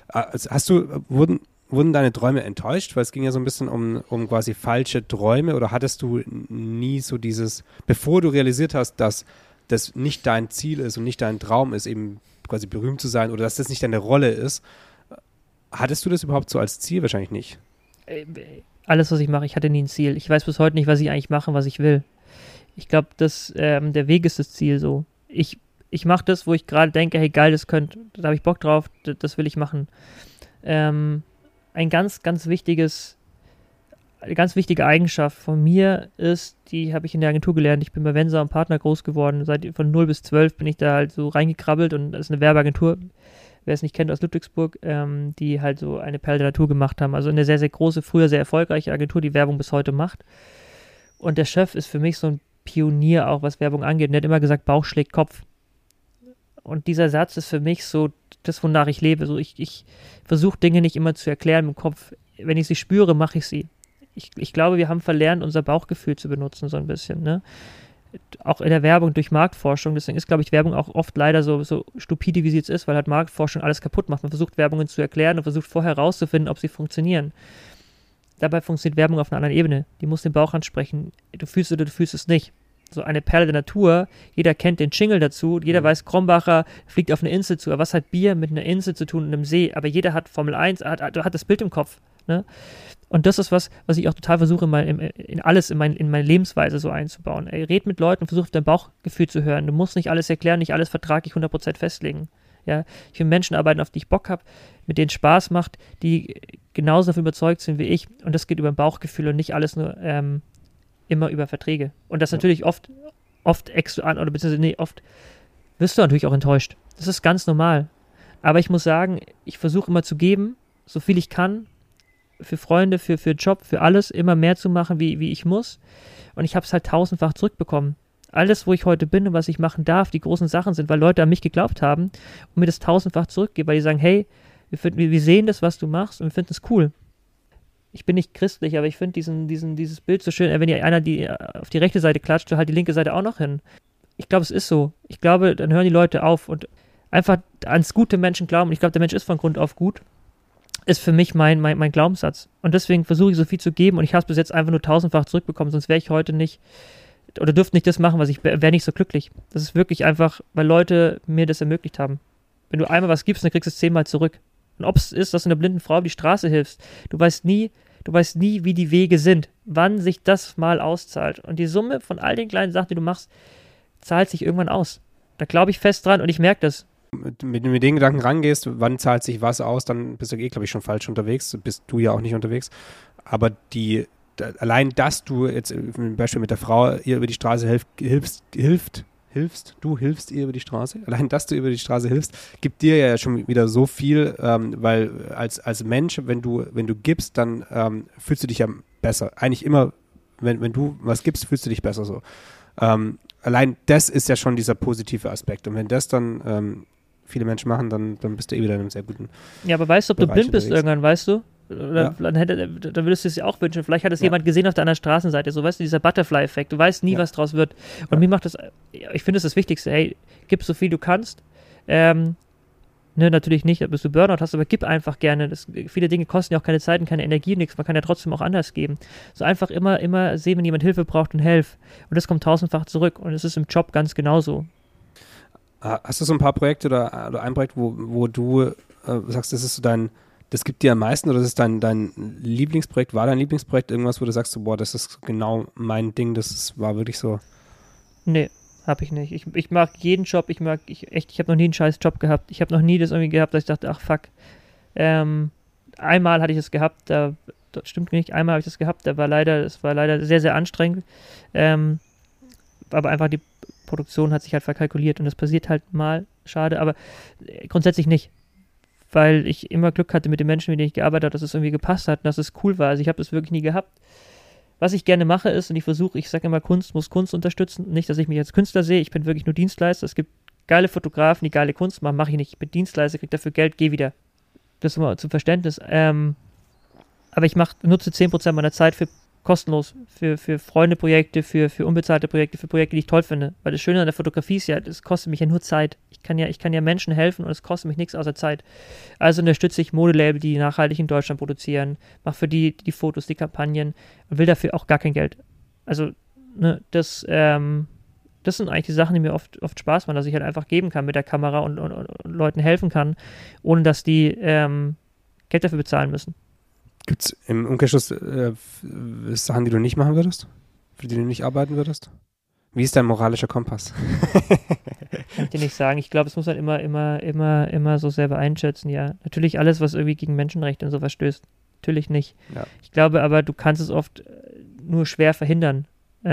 Also wurden deine Träume enttäuscht? Weil es ging ja so ein bisschen um quasi falsche Träume, oder hattest du nie so dieses, bevor du realisiert hast, dass das nicht dein Ziel ist und nicht dein Traum ist, eben quasi berühmt zu sein, oder dass das nicht deine Rolle ist, hattest du das überhaupt so als Ziel? Wahrscheinlich nicht. Alles, was ich mache, ich hatte nie ein Ziel. Ich weiß bis heute nicht, was ich eigentlich mache und was ich will. Ich glaube, der Weg ist das Ziel so. Ich mache das, wo ich gerade denke, hey geil, da habe ich Bock drauf, das will ich machen. Ein ganz, ganz eine ganz wichtige Eigenschaft von mir ist, die habe ich in der Agentur gelernt. Ich bin bei Vensa und Partner groß geworden. Von 0 bis 12 bin ich da halt so reingekrabbelt, und das ist eine Werbeagentur, wer es nicht kennt, aus Ludwigsburg, die halt so eine Perle der Natur gemacht haben. Also eine sehr, sehr große, früher sehr erfolgreiche Agentur, die Werbung bis heute macht. Und der Chef ist für mich so ein Pionier auch, was Werbung angeht. Und der hat immer gesagt, Bauch schlägt Kopf. Und dieser Satz ist für mich so das, wonach ich lebe. So ich versuche Dinge nicht immer zu erklären im Kopf. Wenn ich sie spüre, mache ich sie. Ich glaube, wir haben verlernt, unser Bauchgefühl zu benutzen, so ein bisschen, ne? Auch in der Werbung durch Marktforschung. Deswegen ist, glaube ich, Werbung auch oft leider so stupide, wie sie jetzt ist, weil halt Marktforschung alles kaputt macht. Man versucht, Werbungen zu erklären und versucht vorher herauszufinden, ob sie funktionieren. Dabei funktioniert Werbung auf einer anderen Ebene. Die muss den Bauch ansprechen. Du fühlst es oder du fühlst es nicht. So eine Perle der Natur. Jeder kennt den Jingle dazu. Jeder weiß, Krombacher fliegt auf eine Insel zu. Aber was hat Bier mit einer Insel zu tun und einem See? Aber jeder hat Formel 1, hat das Bild im Kopf, ne? Und das ist was ich auch total versuche, in meine Lebensweise so einzubauen. Ey, red mit Leuten und versuch auf dein Bauchgefühl zu hören. Du musst nicht alles erklären, nicht alles vertraglich 100% festlegen. Ja? Ich will Menschen arbeiten, auf die ich Bock habe, mit denen Spaß macht, die genauso davon überzeugt sind wie ich. Und das geht über ein Bauchgefühl und nicht alles nur immer über Verträge. Und das natürlich oft oft wirst du natürlich auch enttäuscht. Das ist ganz normal. Aber ich muss sagen, ich versuche immer zu geben, so viel ich kann, für Freunde, für Job, für alles, immer mehr zu machen, wie ich muss. Und ich habe es halt tausendfach zurückbekommen. Alles, wo ich heute bin und was ich machen darf, die großen Sachen sind, weil Leute an mich geglaubt haben und mir das tausendfach zurückgeben, weil die sagen, hey, wir sehen das, was du machst, und wir finden es cool. Ich bin nicht christlich, aber ich finde dieses Bild so schön, wenn einer auf die rechte Seite klatscht, halt die linke Seite auch noch hin. Ich glaube, es ist so. Ich glaube, dann hören die Leute auf und einfach ans gute Menschen glauben. Und ich glaube, der Mensch ist von Grund auf gut. Ist für mich mein Glaubenssatz. Und deswegen versuche ich so viel zu geben, und ich habe es bis jetzt einfach nur tausendfach zurückbekommen, sonst wäre ich heute nicht, oder dürfte nicht das machen, wäre nicht so glücklich. Das ist wirklich einfach, weil Leute mir das ermöglicht haben. Wenn du einmal was gibst, dann kriegst du es 10-mal zurück. Und ob es ist, dass du einer blinden Frau über die Straße hilfst, du weißt nie, wie die Wege sind, wann sich das mal auszahlt. Und die Summe von all den kleinen Sachen, die du machst, zahlt sich irgendwann aus. Da glaube ich fest dran und ich merke das. Mit den Gedanken rangehst, wann zahlt sich was aus, dann bist du glaube ich, schon falsch unterwegs. Bist du ja auch nicht unterwegs. Aber allein, dass du jetzt zum Beispiel mit der Frau ihr über die Straße hilfst, du hilfst ihr über die Straße. Allein, dass du über die Straße hilfst, gibt dir ja schon wieder so viel, weil als Mensch, wenn du gibst, dann fühlst du dich ja besser. Eigentlich immer, wenn du was gibst, fühlst du dich besser so. Allein das ist ja schon dieser positive Aspekt. Und wenn das dann viele Menschen machen, dann bist du wieder in einem sehr guten Ja, aber weißt du, ob du blind bist unterwegs. irgendwann, weißt du? Oder dann würdest du es dir auch wünschen. Vielleicht hat es jemand gesehen auf der anderen Straßenseite. So, weißt du, dieser Butterfly-Effekt. Du weißt nie, was draus wird. Und mir macht das, ich finde das Wichtigste. Hey, gib so viel du kannst. Natürlich nicht, bis du Burnout hast, aber gib einfach gerne. Viele Dinge kosten ja auch keine Zeit und keine Energie, nichts. Man kann ja trotzdem auch anders geben. So einfach immer sehen, wenn jemand Hilfe braucht und helf. Und das kommt tausendfach zurück. Und es ist im Job ganz genauso. Hast du so ein paar Projekte oder ein Projekt, wo du sagst, das gibt dir am meisten oder das ist dein Lieblingsprojekt? War dein Lieblingsprojekt irgendwas, wo du sagst, so, boah, das ist genau mein Ding, war wirklich so? Nee, hab ich nicht. Ich mag jeden Job, ich habe noch nie einen scheiß Job gehabt. Ich habe noch nie das irgendwie gehabt, dass ich dachte, ach fuck. Einmal hatte ich es gehabt, das stimmt nicht, einmal habe ich das gehabt, das war leider sehr, sehr anstrengend. Aber einfach die Produktion hat sich halt verkalkuliert und das passiert halt mal, schade, aber grundsätzlich nicht. Weil ich immer Glück hatte mit den Menschen, mit denen ich gearbeitet habe, dass es irgendwie gepasst hat und dass es cool war. Also ich habe das wirklich nie gehabt. Was ich gerne mache ist, und ich sage immer, Kunst muss Kunst unterstützen. Nicht, dass ich mich als Künstler sehe, ich bin wirklich nur Dienstleister. Es gibt geile Fotografen, die geile Kunst machen, mache ich nicht. Ich bin Dienstleister, kriege dafür Geld, gehe wieder. Das immer zum Verständnis. Aber ich nutze 10% meiner Zeit kostenlos für Freunde-Projekte, für unbezahlte Projekte, für Projekte, die ich toll finde. Weil das Schöne an der Fotografie ist ja, das kostet mich ja nur Zeit. Ich kann ja Menschen helfen und es kostet mich nichts außer Zeit. Also unterstütze ich Modelabel, die nachhaltig in Deutschland produzieren, mache für die Fotos, die Kampagnen und will dafür auch gar kein Geld. Also, das sind eigentlich die Sachen, die mir oft Spaß machen, dass ich halt einfach geben kann mit der Kamera und Leuten helfen kann, ohne dass die Geld dafür bezahlen müssen. Gibt es im Umkehrschluss Sachen, die du nicht machen würdest? Für die du nicht arbeiten würdest? Wie ist dein moralischer Kompass? Kann ich dir nicht sagen. Ich glaube, es muss halt immer so selber einschätzen, ja. Natürlich alles, was irgendwie gegen Menschenrechte und so verstößt. Natürlich nicht. Ja. Ich glaube aber, du kannst es oft nur schwer verhindern.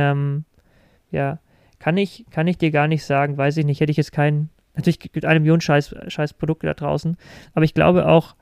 Ja. Kann ich dir gar nicht sagen, weiß ich nicht. Hätte ich jetzt natürlich gibt es 1 Million scheiß Produkte da draußen, aber ich glaube auch,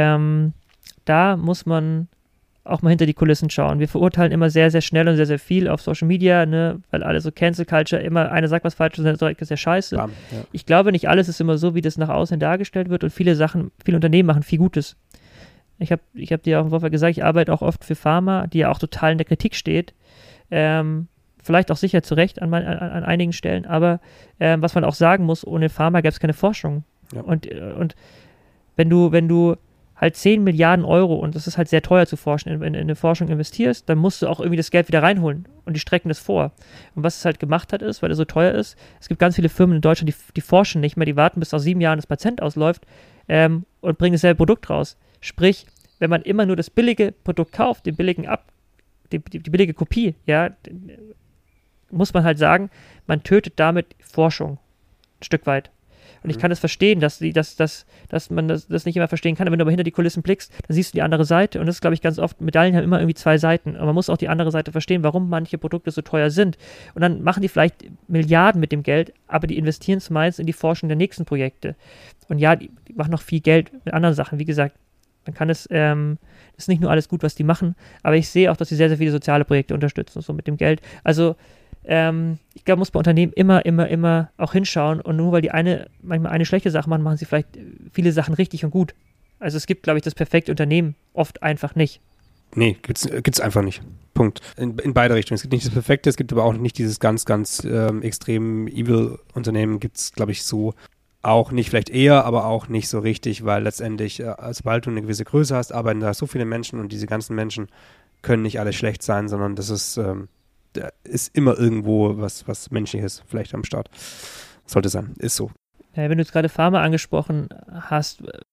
da muss man auch mal hinter die Kulissen schauen. Wir verurteilen immer sehr, sehr schnell und sehr, sehr viel auf Social Media, weil alle so Cancel Culture, immer einer sagt was Falsches und dann ist ja scheiße. Bam, ja. Ich glaube, nicht alles ist immer so, wie das nach außen dargestellt wird und viele Unternehmen machen viel Gutes. Ich hab dir auch im Vorfeld gesagt, ich arbeite auch oft für Pharma, die ja auch total in der Kritik steht. Vielleicht auch sicher zu Recht an einigen Stellen, aber was man auch sagen muss, ohne Pharma gäbe es keine Forschung. Ja. Und wenn du halt 10 Milliarden Euro, und das ist halt sehr teuer zu forschen, in eine Forschung investierst, dann musst du auch irgendwie das Geld wieder reinholen und die strecken das vor. Und was es halt gemacht hat, ist, weil es so teuer ist, es gibt ganz viele Firmen in Deutschland, die forschen nicht mehr, die warten, bis nach 7 Jahren das Patent ausläuft und bringen dasselbe Produkt raus. Sprich, wenn man immer nur das billige Produkt kauft, die billige Kopie, ja, muss man halt sagen, man tötet damit Forschung ein Stück weit. Und ich kann das verstehen, dass man das nicht immer verstehen kann. Aber wenn du aber hinter die Kulissen blickst, dann siehst du die andere Seite. Und das ist, glaube ich, ganz oft, Medaillen haben immer irgendwie 2 Seiten. Aber man muss auch die andere Seite verstehen, warum manche Produkte so teuer sind. Und dann machen die vielleicht Milliarden mit dem Geld, aber die investieren es meist in die Forschung der nächsten Projekte. Und ja, die machen noch viel Geld mit anderen Sachen. Wie gesagt, man kann ist nicht nur alles gut, was die machen, aber ich sehe auch, dass sie sehr, sehr viele soziale Projekte unterstützen, so mit dem Geld. Also, ich glaube, muss bei Unternehmen immer auch hinschauen und nur weil die manchmal eine schlechte Sache machen, machen sie vielleicht viele Sachen richtig und gut. Also es gibt, glaube ich, das perfekte Unternehmen oft einfach nicht. Nee, gibt's einfach nicht. Punkt. In beide Richtungen. Es gibt nicht das Perfekte, es gibt aber auch nicht dieses ganz, ganz extrem Evil-Unternehmen, gibt's, glaube ich, so auch nicht, vielleicht eher, aber auch nicht so richtig, weil letztendlich, sobald du eine gewisse Größe hast, arbeiten da so viele Menschen und diese ganzen Menschen können nicht alle schlecht sein, sondern das ist da ist immer irgendwo was Menschliches vielleicht am Start. Sollte sein. Ist so. Wenn du jetzt gerade Pharma angesprochen hast,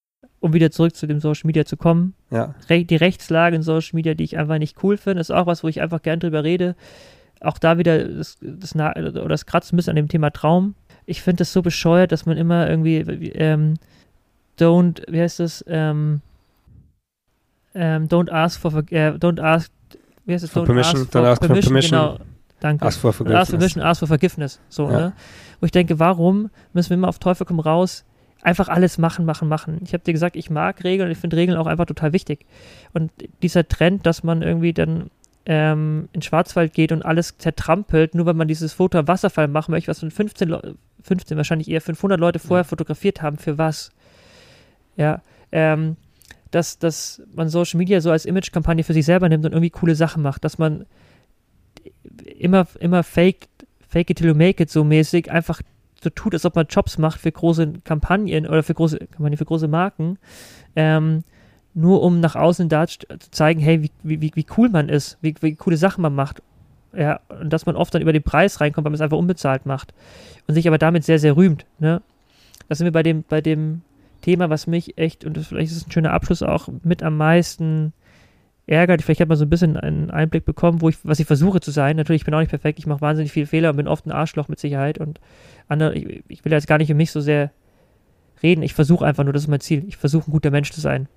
um wieder zurück zu dem Social Media zu kommen. Ja. Die Rechtslage in Social Media, die ich einfach nicht cool finde, ist auch was, wo ich einfach gern drüber rede. Auch da wieder das kratzt ein bisschen an dem Thema Traum. Ich finde es so bescheuert, dass man immer irgendwie don't ask for permission. Genau, danke. Ask for forgiveness. Ask for forgiveness. So, ja. Ne? Wo ich denke, warum müssen wir immer auf Teufel komm raus einfach alles machen? Ich habe dir gesagt, ich mag Regeln und ich finde Regeln auch einfach total wichtig. Und dieser Trend, dass man irgendwie dann in Schwarzwald geht und alles zertrampelt, nur weil man dieses Foto am Wasserfall machen möchte, was von 15, wahrscheinlich eher 500 Leute vorher fotografiert haben, für was? Ja, dass man Social Media so als Image-Kampagne für sich selber nimmt und irgendwie coole Sachen macht, dass man immer fake it till you make it so mäßig einfach so tut, als ob man Jobs macht für große Kampagnen oder für große Marken, nur um nach außen da zu zeigen, hey, wie cool man ist, wie coole Sachen man macht. Ja, und dass man oft dann über den Preis reinkommt, weil man es einfach unbezahlt macht und sich aber damit sehr, sehr rühmt. Ne? Da sind wir bei dem Thema, was mich echt, und vielleicht ist es ein schöner Abschluss auch, mit am meisten ärgert. Vielleicht hat man so ein bisschen einen Einblick bekommen, was ich versuche zu sein. Natürlich, ich bin auch nicht perfekt, ich mache wahnsinnig viele Fehler und bin oft ein Arschloch mit Sicherheit und ich will jetzt gar nicht über mich so sehr reden. Ich versuche einfach nur, das ist mein Ziel. Ich versuche, ein guter Mensch zu sein.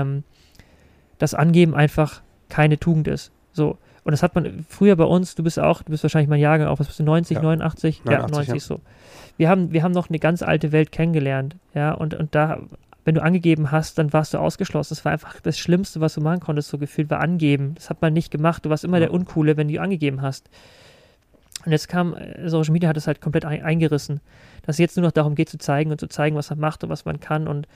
Das Angeben einfach keine Tugend ist. So. Und das hat man früher bei uns, du bist wahrscheinlich mein Jahrgang auch, was bist du, 90, ja. 89? 89, ja, 90 so. Wir haben noch eine ganz alte Welt kennengelernt, ja, und da, wenn du angegeben hast, dann warst du ausgeschlossen. Das war einfach das Schlimmste, was du machen konntest, so gefühlt, war angeben. Das hat man nicht gemacht. Du warst immer der Uncoole, wenn du angegeben hast. Und jetzt kam, Social Media hat es halt komplett eingerissen, dass es jetzt nur noch darum geht, zu zeigen, was man macht und was man kann und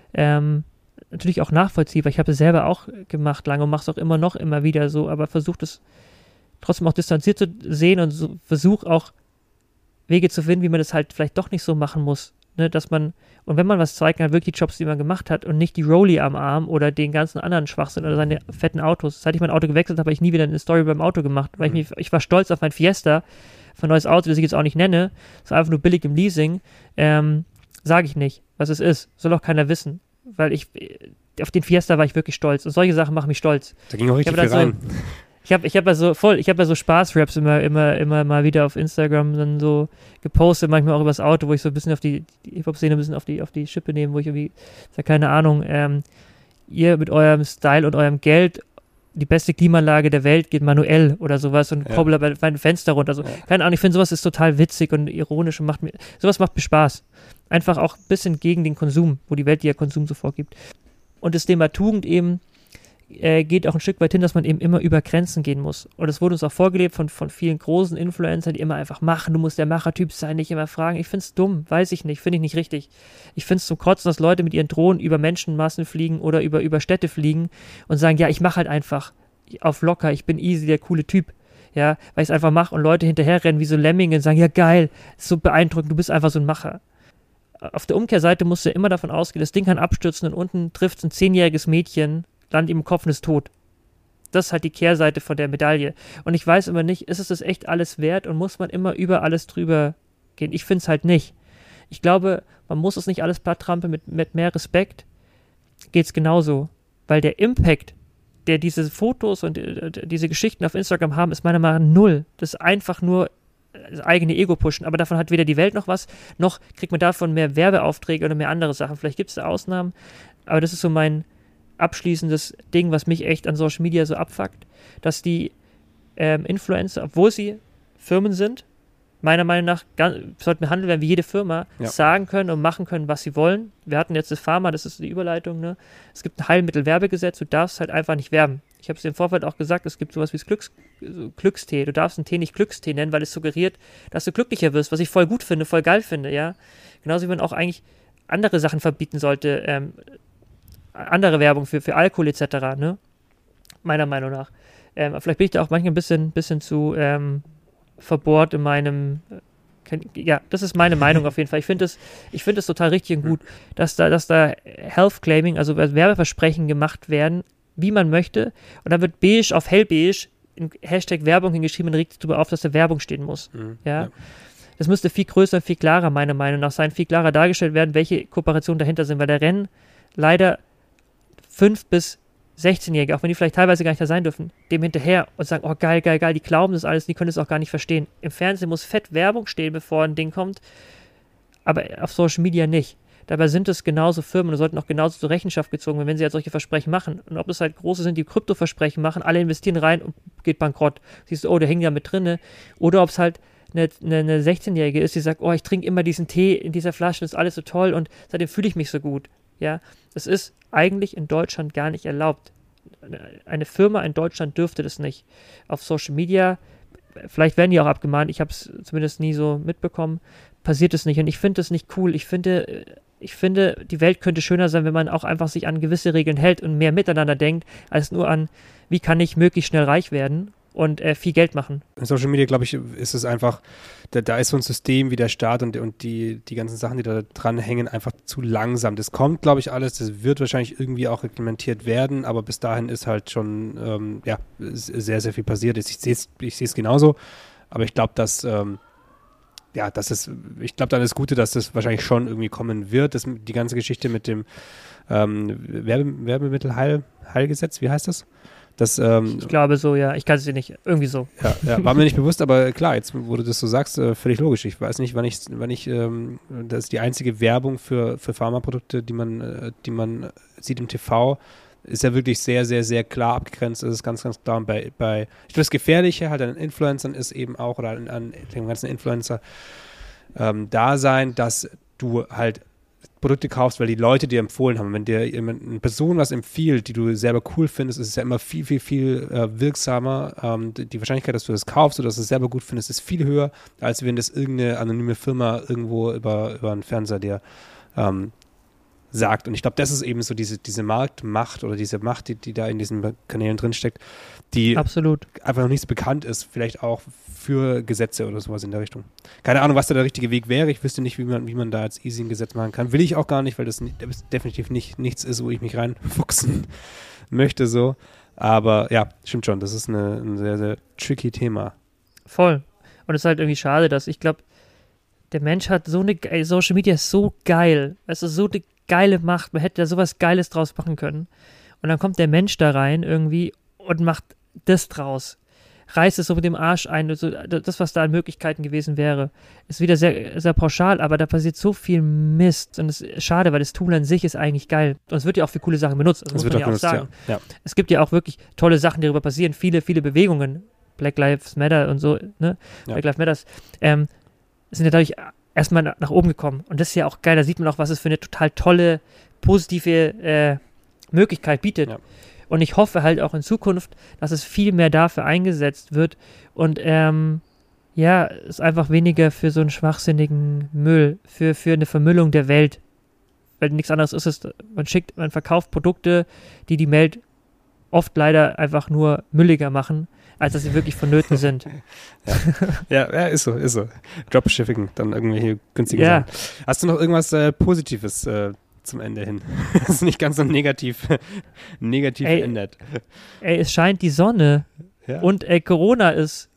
natürlich auch nachvollziehbar. Ich habe es selber auch gemacht lange und mache es auch immer wieder so, aber versuche es trotzdem auch distanziert zu sehen und so, versuche auch Wege zu finden, wie man das halt vielleicht doch nicht so machen muss. Ne, dass man, und wenn man was zeigt, dann wirklich die Jobs, die man gemacht hat und nicht die Rolli am Arm oder den ganzen anderen Schwachsinn oder seine fetten Autos. Seit ich mein Auto gewechselt habe, habe ich nie wieder eine Story beim Auto gemacht, weil ich war stolz auf mein Fiesta, auf ein neues Auto, das ich jetzt auch nicht nenne. Das ist einfach nur billig im Leasing. Sage ich nicht, was es ist. Soll auch keiner wissen. Weil auf den Fiesta war ich wirklich stolz. Und solche Sachen machen mich stolz. Da ging auch richtig viel rein. Ich habe ja so Spaß-Raps immer mal wieder auf Instagram dann so gepostet, manchmal auch übers Auto, wo ich so ein bisschen auf die Hip-Hop-Szene ein bisschen auf die Schippe nehme, wo ich irgendwie, keine Ahnung, ihr mit eurem Style und eurem Geld, die beste Klimaanlage der Welt geht manuell oder sowas und koppel bei meinem Fenster runter. So. Keine Ahnung, ich finde sowas ist total witzig und ironisch und sowas macht mir Spaß. Einfach auch ein bisschen gegen den Konsum, wo die Welt dir ja Konsum so vorgibt. Und das Thema Tugend eben geht auch ein Stück weit hin, dass man eben immer über Grenzen gehen muss. Und es wurde uns auch vorgelebt von vielen großen Influencern, die immer einfach machen, du musst der Machertyp sein, nicht immer fragen. Ich finde es dumm, weiß ich nicht, finde ich nicht richtig. Ich finde es zum Kotzen, dass Leute mit ihren Drohnen über Menschenmassen fliegen oder über Städte fliegen und sagen, ja, ich mache halt einfach auf locker, ich bin easy, der coole Typ. Ja, weil ich es einfach mache und Leute hinterherrennen wie so Lemminge und sagen, ja geil, ist so beeindruckend, du bist einfach so ein Macher. Auf der Umkehrseite musst du ja immer davon ausgehen, das Ding kann abstürzen und unten trifft ein 10-jähriges Mädchen, landet ihm im Kopf und ist tot. Das ist halt die Kehrseite von der Medaille. Und ich weiß immer nicht, ist es das echt alles wert und muss man immer über alles drüber gehen? Ich finde es halt nicht. Ich glaube, man muss es nicht alles platt trampeln, mit mehr Respekt geht es genauso. Weil der Impact, der diese Fotos und diese Geschichten auf Instagram haben, ist meiner Meinung nach null. Das ist einfach nur das eigene Ego pushen. Aber davon hat weder die Welt noch was, noch kriegt man davon mehr Werbeaufträge oder mehr andere Sachen. Vielleicht gibt es da Ausnahmen, aber das ist so mein abschließendes Ding, was mich echt an Social Media so abfuckt, dass die Influencer, obwohl sie Firmen sind, meiner Meinung nach sollten behandelt werden wie jede Firma, sagen können und machen können, was sie wollen. Wir hatten jetzt das Pharma, das ist die Überleitung, ne? Es gibt ein Heilmittelwerbegesetz, du darfst halt einfach nicht werben. Ich habe es dir im Vorfeld auch gesagt, es gibt sowas wie Glückstee. Du darfst einen Tee nicht Glückstee nennen, weil es suggeriert, dass du glücklicher wirst, was ich voll gut finde, voll geil finde, ja. Genauso wie man auch eigentlich andere Sachen verbieten sollte, andere Werbung für Alkohol etc., ne? Meiner Meinung nach. Vielleicht bin ich da auch manchmal ein bisschen zu verbohrt in meinem das ist meine Meinung auf jeden Fall. Ich finde es total richtig und gut, dass da Health Claiming, also Werbeversprechen gemacht werden, wie man möchte, und dann wird beige auf hellbeige in Hashtag Werbung hingeschrieben und regt darüber auf, dass da Werbung stehen muss. Ja. Das müsste viel größer und viel klarer, meiner Meinung nach sein, viel klarer dargestellt werden, welche Kooperationen dahinter sind, weil da rennen leider 5 bis 16-Jährige, auch wenn die vielleicht teilweise gar nicht da sein dürfen, dem hinterher und sagen, oh geil, geil, geil, die glauben das alles, die können es auch gar nicht verstehen. Im Fernsehen muss fett Werbung stehen, bevor ein Ding kommt, aber auf Social Media nicht. Dabei sind es genauso Firmen und sollten auch genauso zur Rechenschaft gezogen werden, wenn sie halt solche Versprechen machen. Und ob es halt große sind, die Kryptoversprechen machen, alle investieren rein und geht bankrott. Siehst du, oh, der hängt ja mit drinne. Oder ob es halt eine 16-Jährige ist, die sagt, oh, ich trinke immer diesen Tee in dieser Flasche, das ist alles so toll und seitdem fühle ich mich so gut. Ja, es ist eigentlich in Deutschland gar nicht erlaubt. Eine Firma in Deutschland dürfte das nicht. Auf Social Media, vielleicht werden die auch abgemahnt, ich habe es zumindest nie so mitbekommen, passiert es nicht. Und ich finde das nicht cool. Ich finde, die Welt könnte schöner sein, wenn man auch einfach sich an gewisse Regeln hält und mehr miteinander denkt, als nur an, wie kann ich möglichst schnell reich werden und viel Geld machen. In Social Media, glaube ich, ist es einfach, da ist so ein System wie der Staat und die ganzen Sachen, die da dran hängen, einfach zu langsam. Das kommt, glaube ich, alles, das wird wahrscheinlich irgendwie auch implementiert werden, aber bis dahin ist halt schon sehr, sehr viel passiert. Ich sehe es genauso, aber ich glaube, dass ich glaube, dann ist das Gute, dass das wahrscheinlich schon irgendwie kommen wird. Die ganze Geschichte mit dem Werbemittelheilgesetz, wie heißt das? Ich glaube so, ja. Ich kann es dir nicht. Irgendwie so. Ja, war mir nicht bewusst, aber klar, jetzt, wo du das so sagst, völlig logisch. Ich weiß nicht, wann ich das ist die einzige Werbung für Pharmaprodukte, die man sieht im TV, ist ja wirklich sehr, sehr, sehr klar abgegrenzt. Das ist ganz, ganz klar. Und ich glaube, das Gefährliche halt an Influencern ist eben auch, oder an dem ganzen Influencer-Dasein, dass du halt Produkte kaufst, weil die Leute dir empfohlen haben. Wenn dir eine Person was empfiehlt, die du selber cool findest, ist es ja immer viel, viel, viel wirksamer. Die Wahrscheinlichkeit, dass du das kaufst oder dass du es selber gut findest, ist viel höher, als wenn das irgendeine anonyme Firma irgendwo über einen Fernseher dir sagt. Und ich glaube, das ist eben so diese Marktmacht oder diese Macht, die da in diesen Kanälen drinsteckt, die absolut einfach noch nicht so bekannt ist, vielleicht auch für Gesetze oder sowas in der Richtung. Keine Ahnung, was da der richtige Weg wäre. Ich wüsste nicht, wie man da jetzt easy ein Gesetz machen kann. Will ich auch gar nicht, weil das definitiv nichts ist, wo ich mich reinfuchsen möchte so. Aber ja, stimmt schon, das ist ein sehr, sehr tricky Thema. Voll. Und es ist halt irgendwie schade, dass ich glaube, der Mensch hat Social Media ist so geil. Es ist so eine geile Macht. Man hätte da sowas Geiles draus machen können. Und dann kommt der Mensch da rein irgendwie und macht das draus. Reißt es so mit dem Arsch ein. Das, was da an Möglichkeiten gewesen wäre, ist wieder sehr, sehr pauschal, aber da passiert so viel Mist. Und es ist schade, weil das Tool an sich ist eigentlich geil. Und es wird ja auch für coole Sachen benutzt. Das muss man ja auch sagen. Ja. Es gibt ja auch wirklich tolle Sachen, die darüber passieren. Viele, viele Bewegungen. Black Lives Matter und so, ne? Ja. Black Lives Matters. Sind ja dadurch erstmal nach oben gekommen. Und das ist ja auch geil. Da sieht man auch, was es für eine total tolle, positive Möglichkeit bietet. Ja. Und ich hoffe halt auch in Zukunft, dass es viel mehr dafür eingesetzt wird und es einfach weniger für so einen schwachsinnigen Müll, für eine Vermüllung der Welt. Weil nichts anderes ist es. Man verkauft Produkte, die Welt oft leider einfach nur mülliger machen, als dass sie wirklich vonnöten sind. Ja, ist so. Dropshipping, dann irgendwelche günstigen Sachen. Hast du noch irgendwas Positives zum Ende hin? Das ist nicht ganz so negativ verändert. Es scheint die Sonne und Corona ist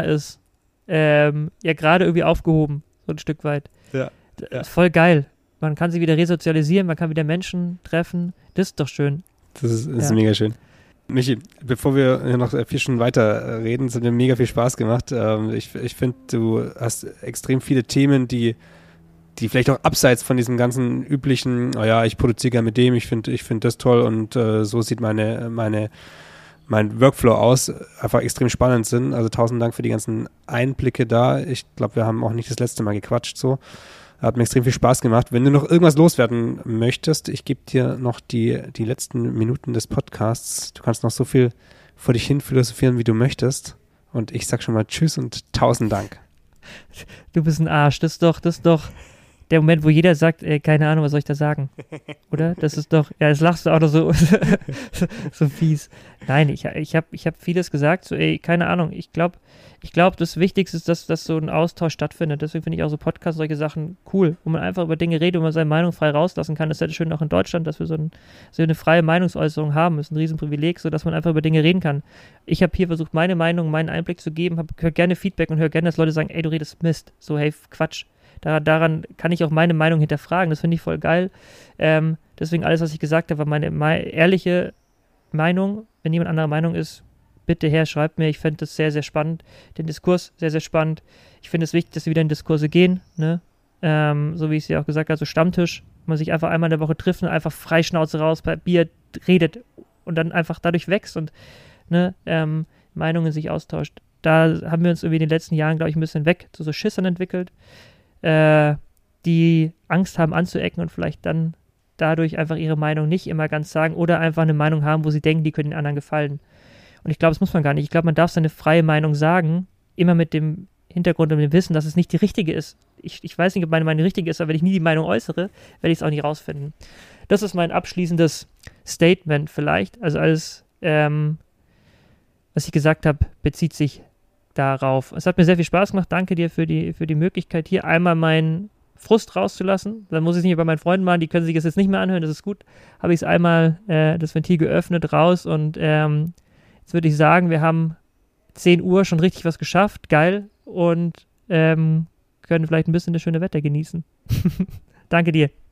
gerade irgendwie aufgehoben, so ein Stück weit. Ja. Das ist voll geil. Man kann sie wieder resozialisieren, man kann wieder Menschen treffen. Das ist doch schön. Das ist mega schön. Michi, bevor wir noch 4 Stunden weiter reden, es hat mir mega viel Spaß gemacht. Ich finde, du hast extrem viele Themen, die vielleicht auch abseits von diesem ganzen üblichen, ich produziere gerne mit dem, ich finde das toll und so sieht mein Workflow aus, einfach extrem spannend sind. Also 1000 Dank für die ganzen Einblicke da. Ich glaube, wir haben auch nicht das letzte Mal gequatscht so. Hat mir extrem viel Spaß gemacht. Wenn du noch irgendwas loswerden möchtest, ich gebe dir noch die letzten Minuten des Podcasts. Du kannst noch so viel vor dich hin philosophieren, wie du möchtest. Und ich sag schon mal Tschüss und 1000 Dank. Du bist ein Arsch. Das ist doch der Moment, wo jeder sagt, keine Ahnung, was soll ich da sagen? Oder? Das ist doch, jetzt lachst du auch noch so, so fies. Nein, ich hab vieles gesagt, so, keine Ahnung. Ich glaube, das Wichtigste ist, dass so ein Austausch stattfindet. Deswegen finde ich auch so Podcasts, solche Sachen cool, wo man einfach über Dinge redet, wo man seine Meinung frei rauslassen kann. Das ist ja schön auch in Deutschland, dass wir so eine freie Meinungsäußerung haben. Das ist ein Riesenprivileg, so dass man einfach über Dinge reden kann. Ich habe hier versucht, meine Meinung, meinen Einblick zu geben, höre gerne Feedback und höre gerne, dass Leute sagen, du redest Mist. So, hey, Quatsch. Daran kann ich auch meine Meinung hinterfragen. Das finde ich voll geil. Deswegen alles, was ich gesagt habe, war meine ehrliche Meinung. Wenn jemand anderer Meinung ist, bitte her, schreibt mir. Ich fände das sehr, sehr spannend. Den Diskurs sehr, sehr spannend. Ich finde es wichtig, dass wir wieder in Diskurse gehen, ne? So wie ich es ja auch gesagt habe, so Stammtisch, wo man sich einfach einmal in der Woche trifft und einfach Freischnauze raus bei Bier redet und dann einfach dadurch wächst und ne, Meinungen sich austauscht. Da haben wir uns irgendwie in den letzten Jahren, glaube ich, ein bisschen weg zu so Schissern entwickelt, die Angst haben anzuecken und vielleicht dann dadurch einfach ihre Meinung nicht immer ganz sagen oder einfach eine Meinung haben, wo sie denken, die können den anderen gefallen. Und ich glaube, das muss man gar nicht. Ich glaube, man darf seine freie Meinung sagen, immer mit dem Hintergrund und dem Wissen, dass es nicht die richtige ist. Ich weiß nicht, ob meine Meinung richtig ist, aber wenn ich nie die Meinung äußere, werde ich es auch nicht rausfinden. Das ist mein abschließendes Statement vielleicht. Also alles, was ich gesagt habe, bezieht sich darauf. Es hat mir sehr viel Spaß gemacht. Danke dir für die Möglichkeit, hier einmal meinen Frust rauszulassen. Dann muss ich es nicht bei meinen Freunden machen, die können sich das jetzt nicht mehr anhören, das ist gut. Habe ich es einmal das Ventil geöffnet, raus und jetzt würde ich sagen, wir haben 10 Uhr schon richtig was geschafft, geil und können vielleicht ein bisschen das schöne Wetter genießen. Danke dir.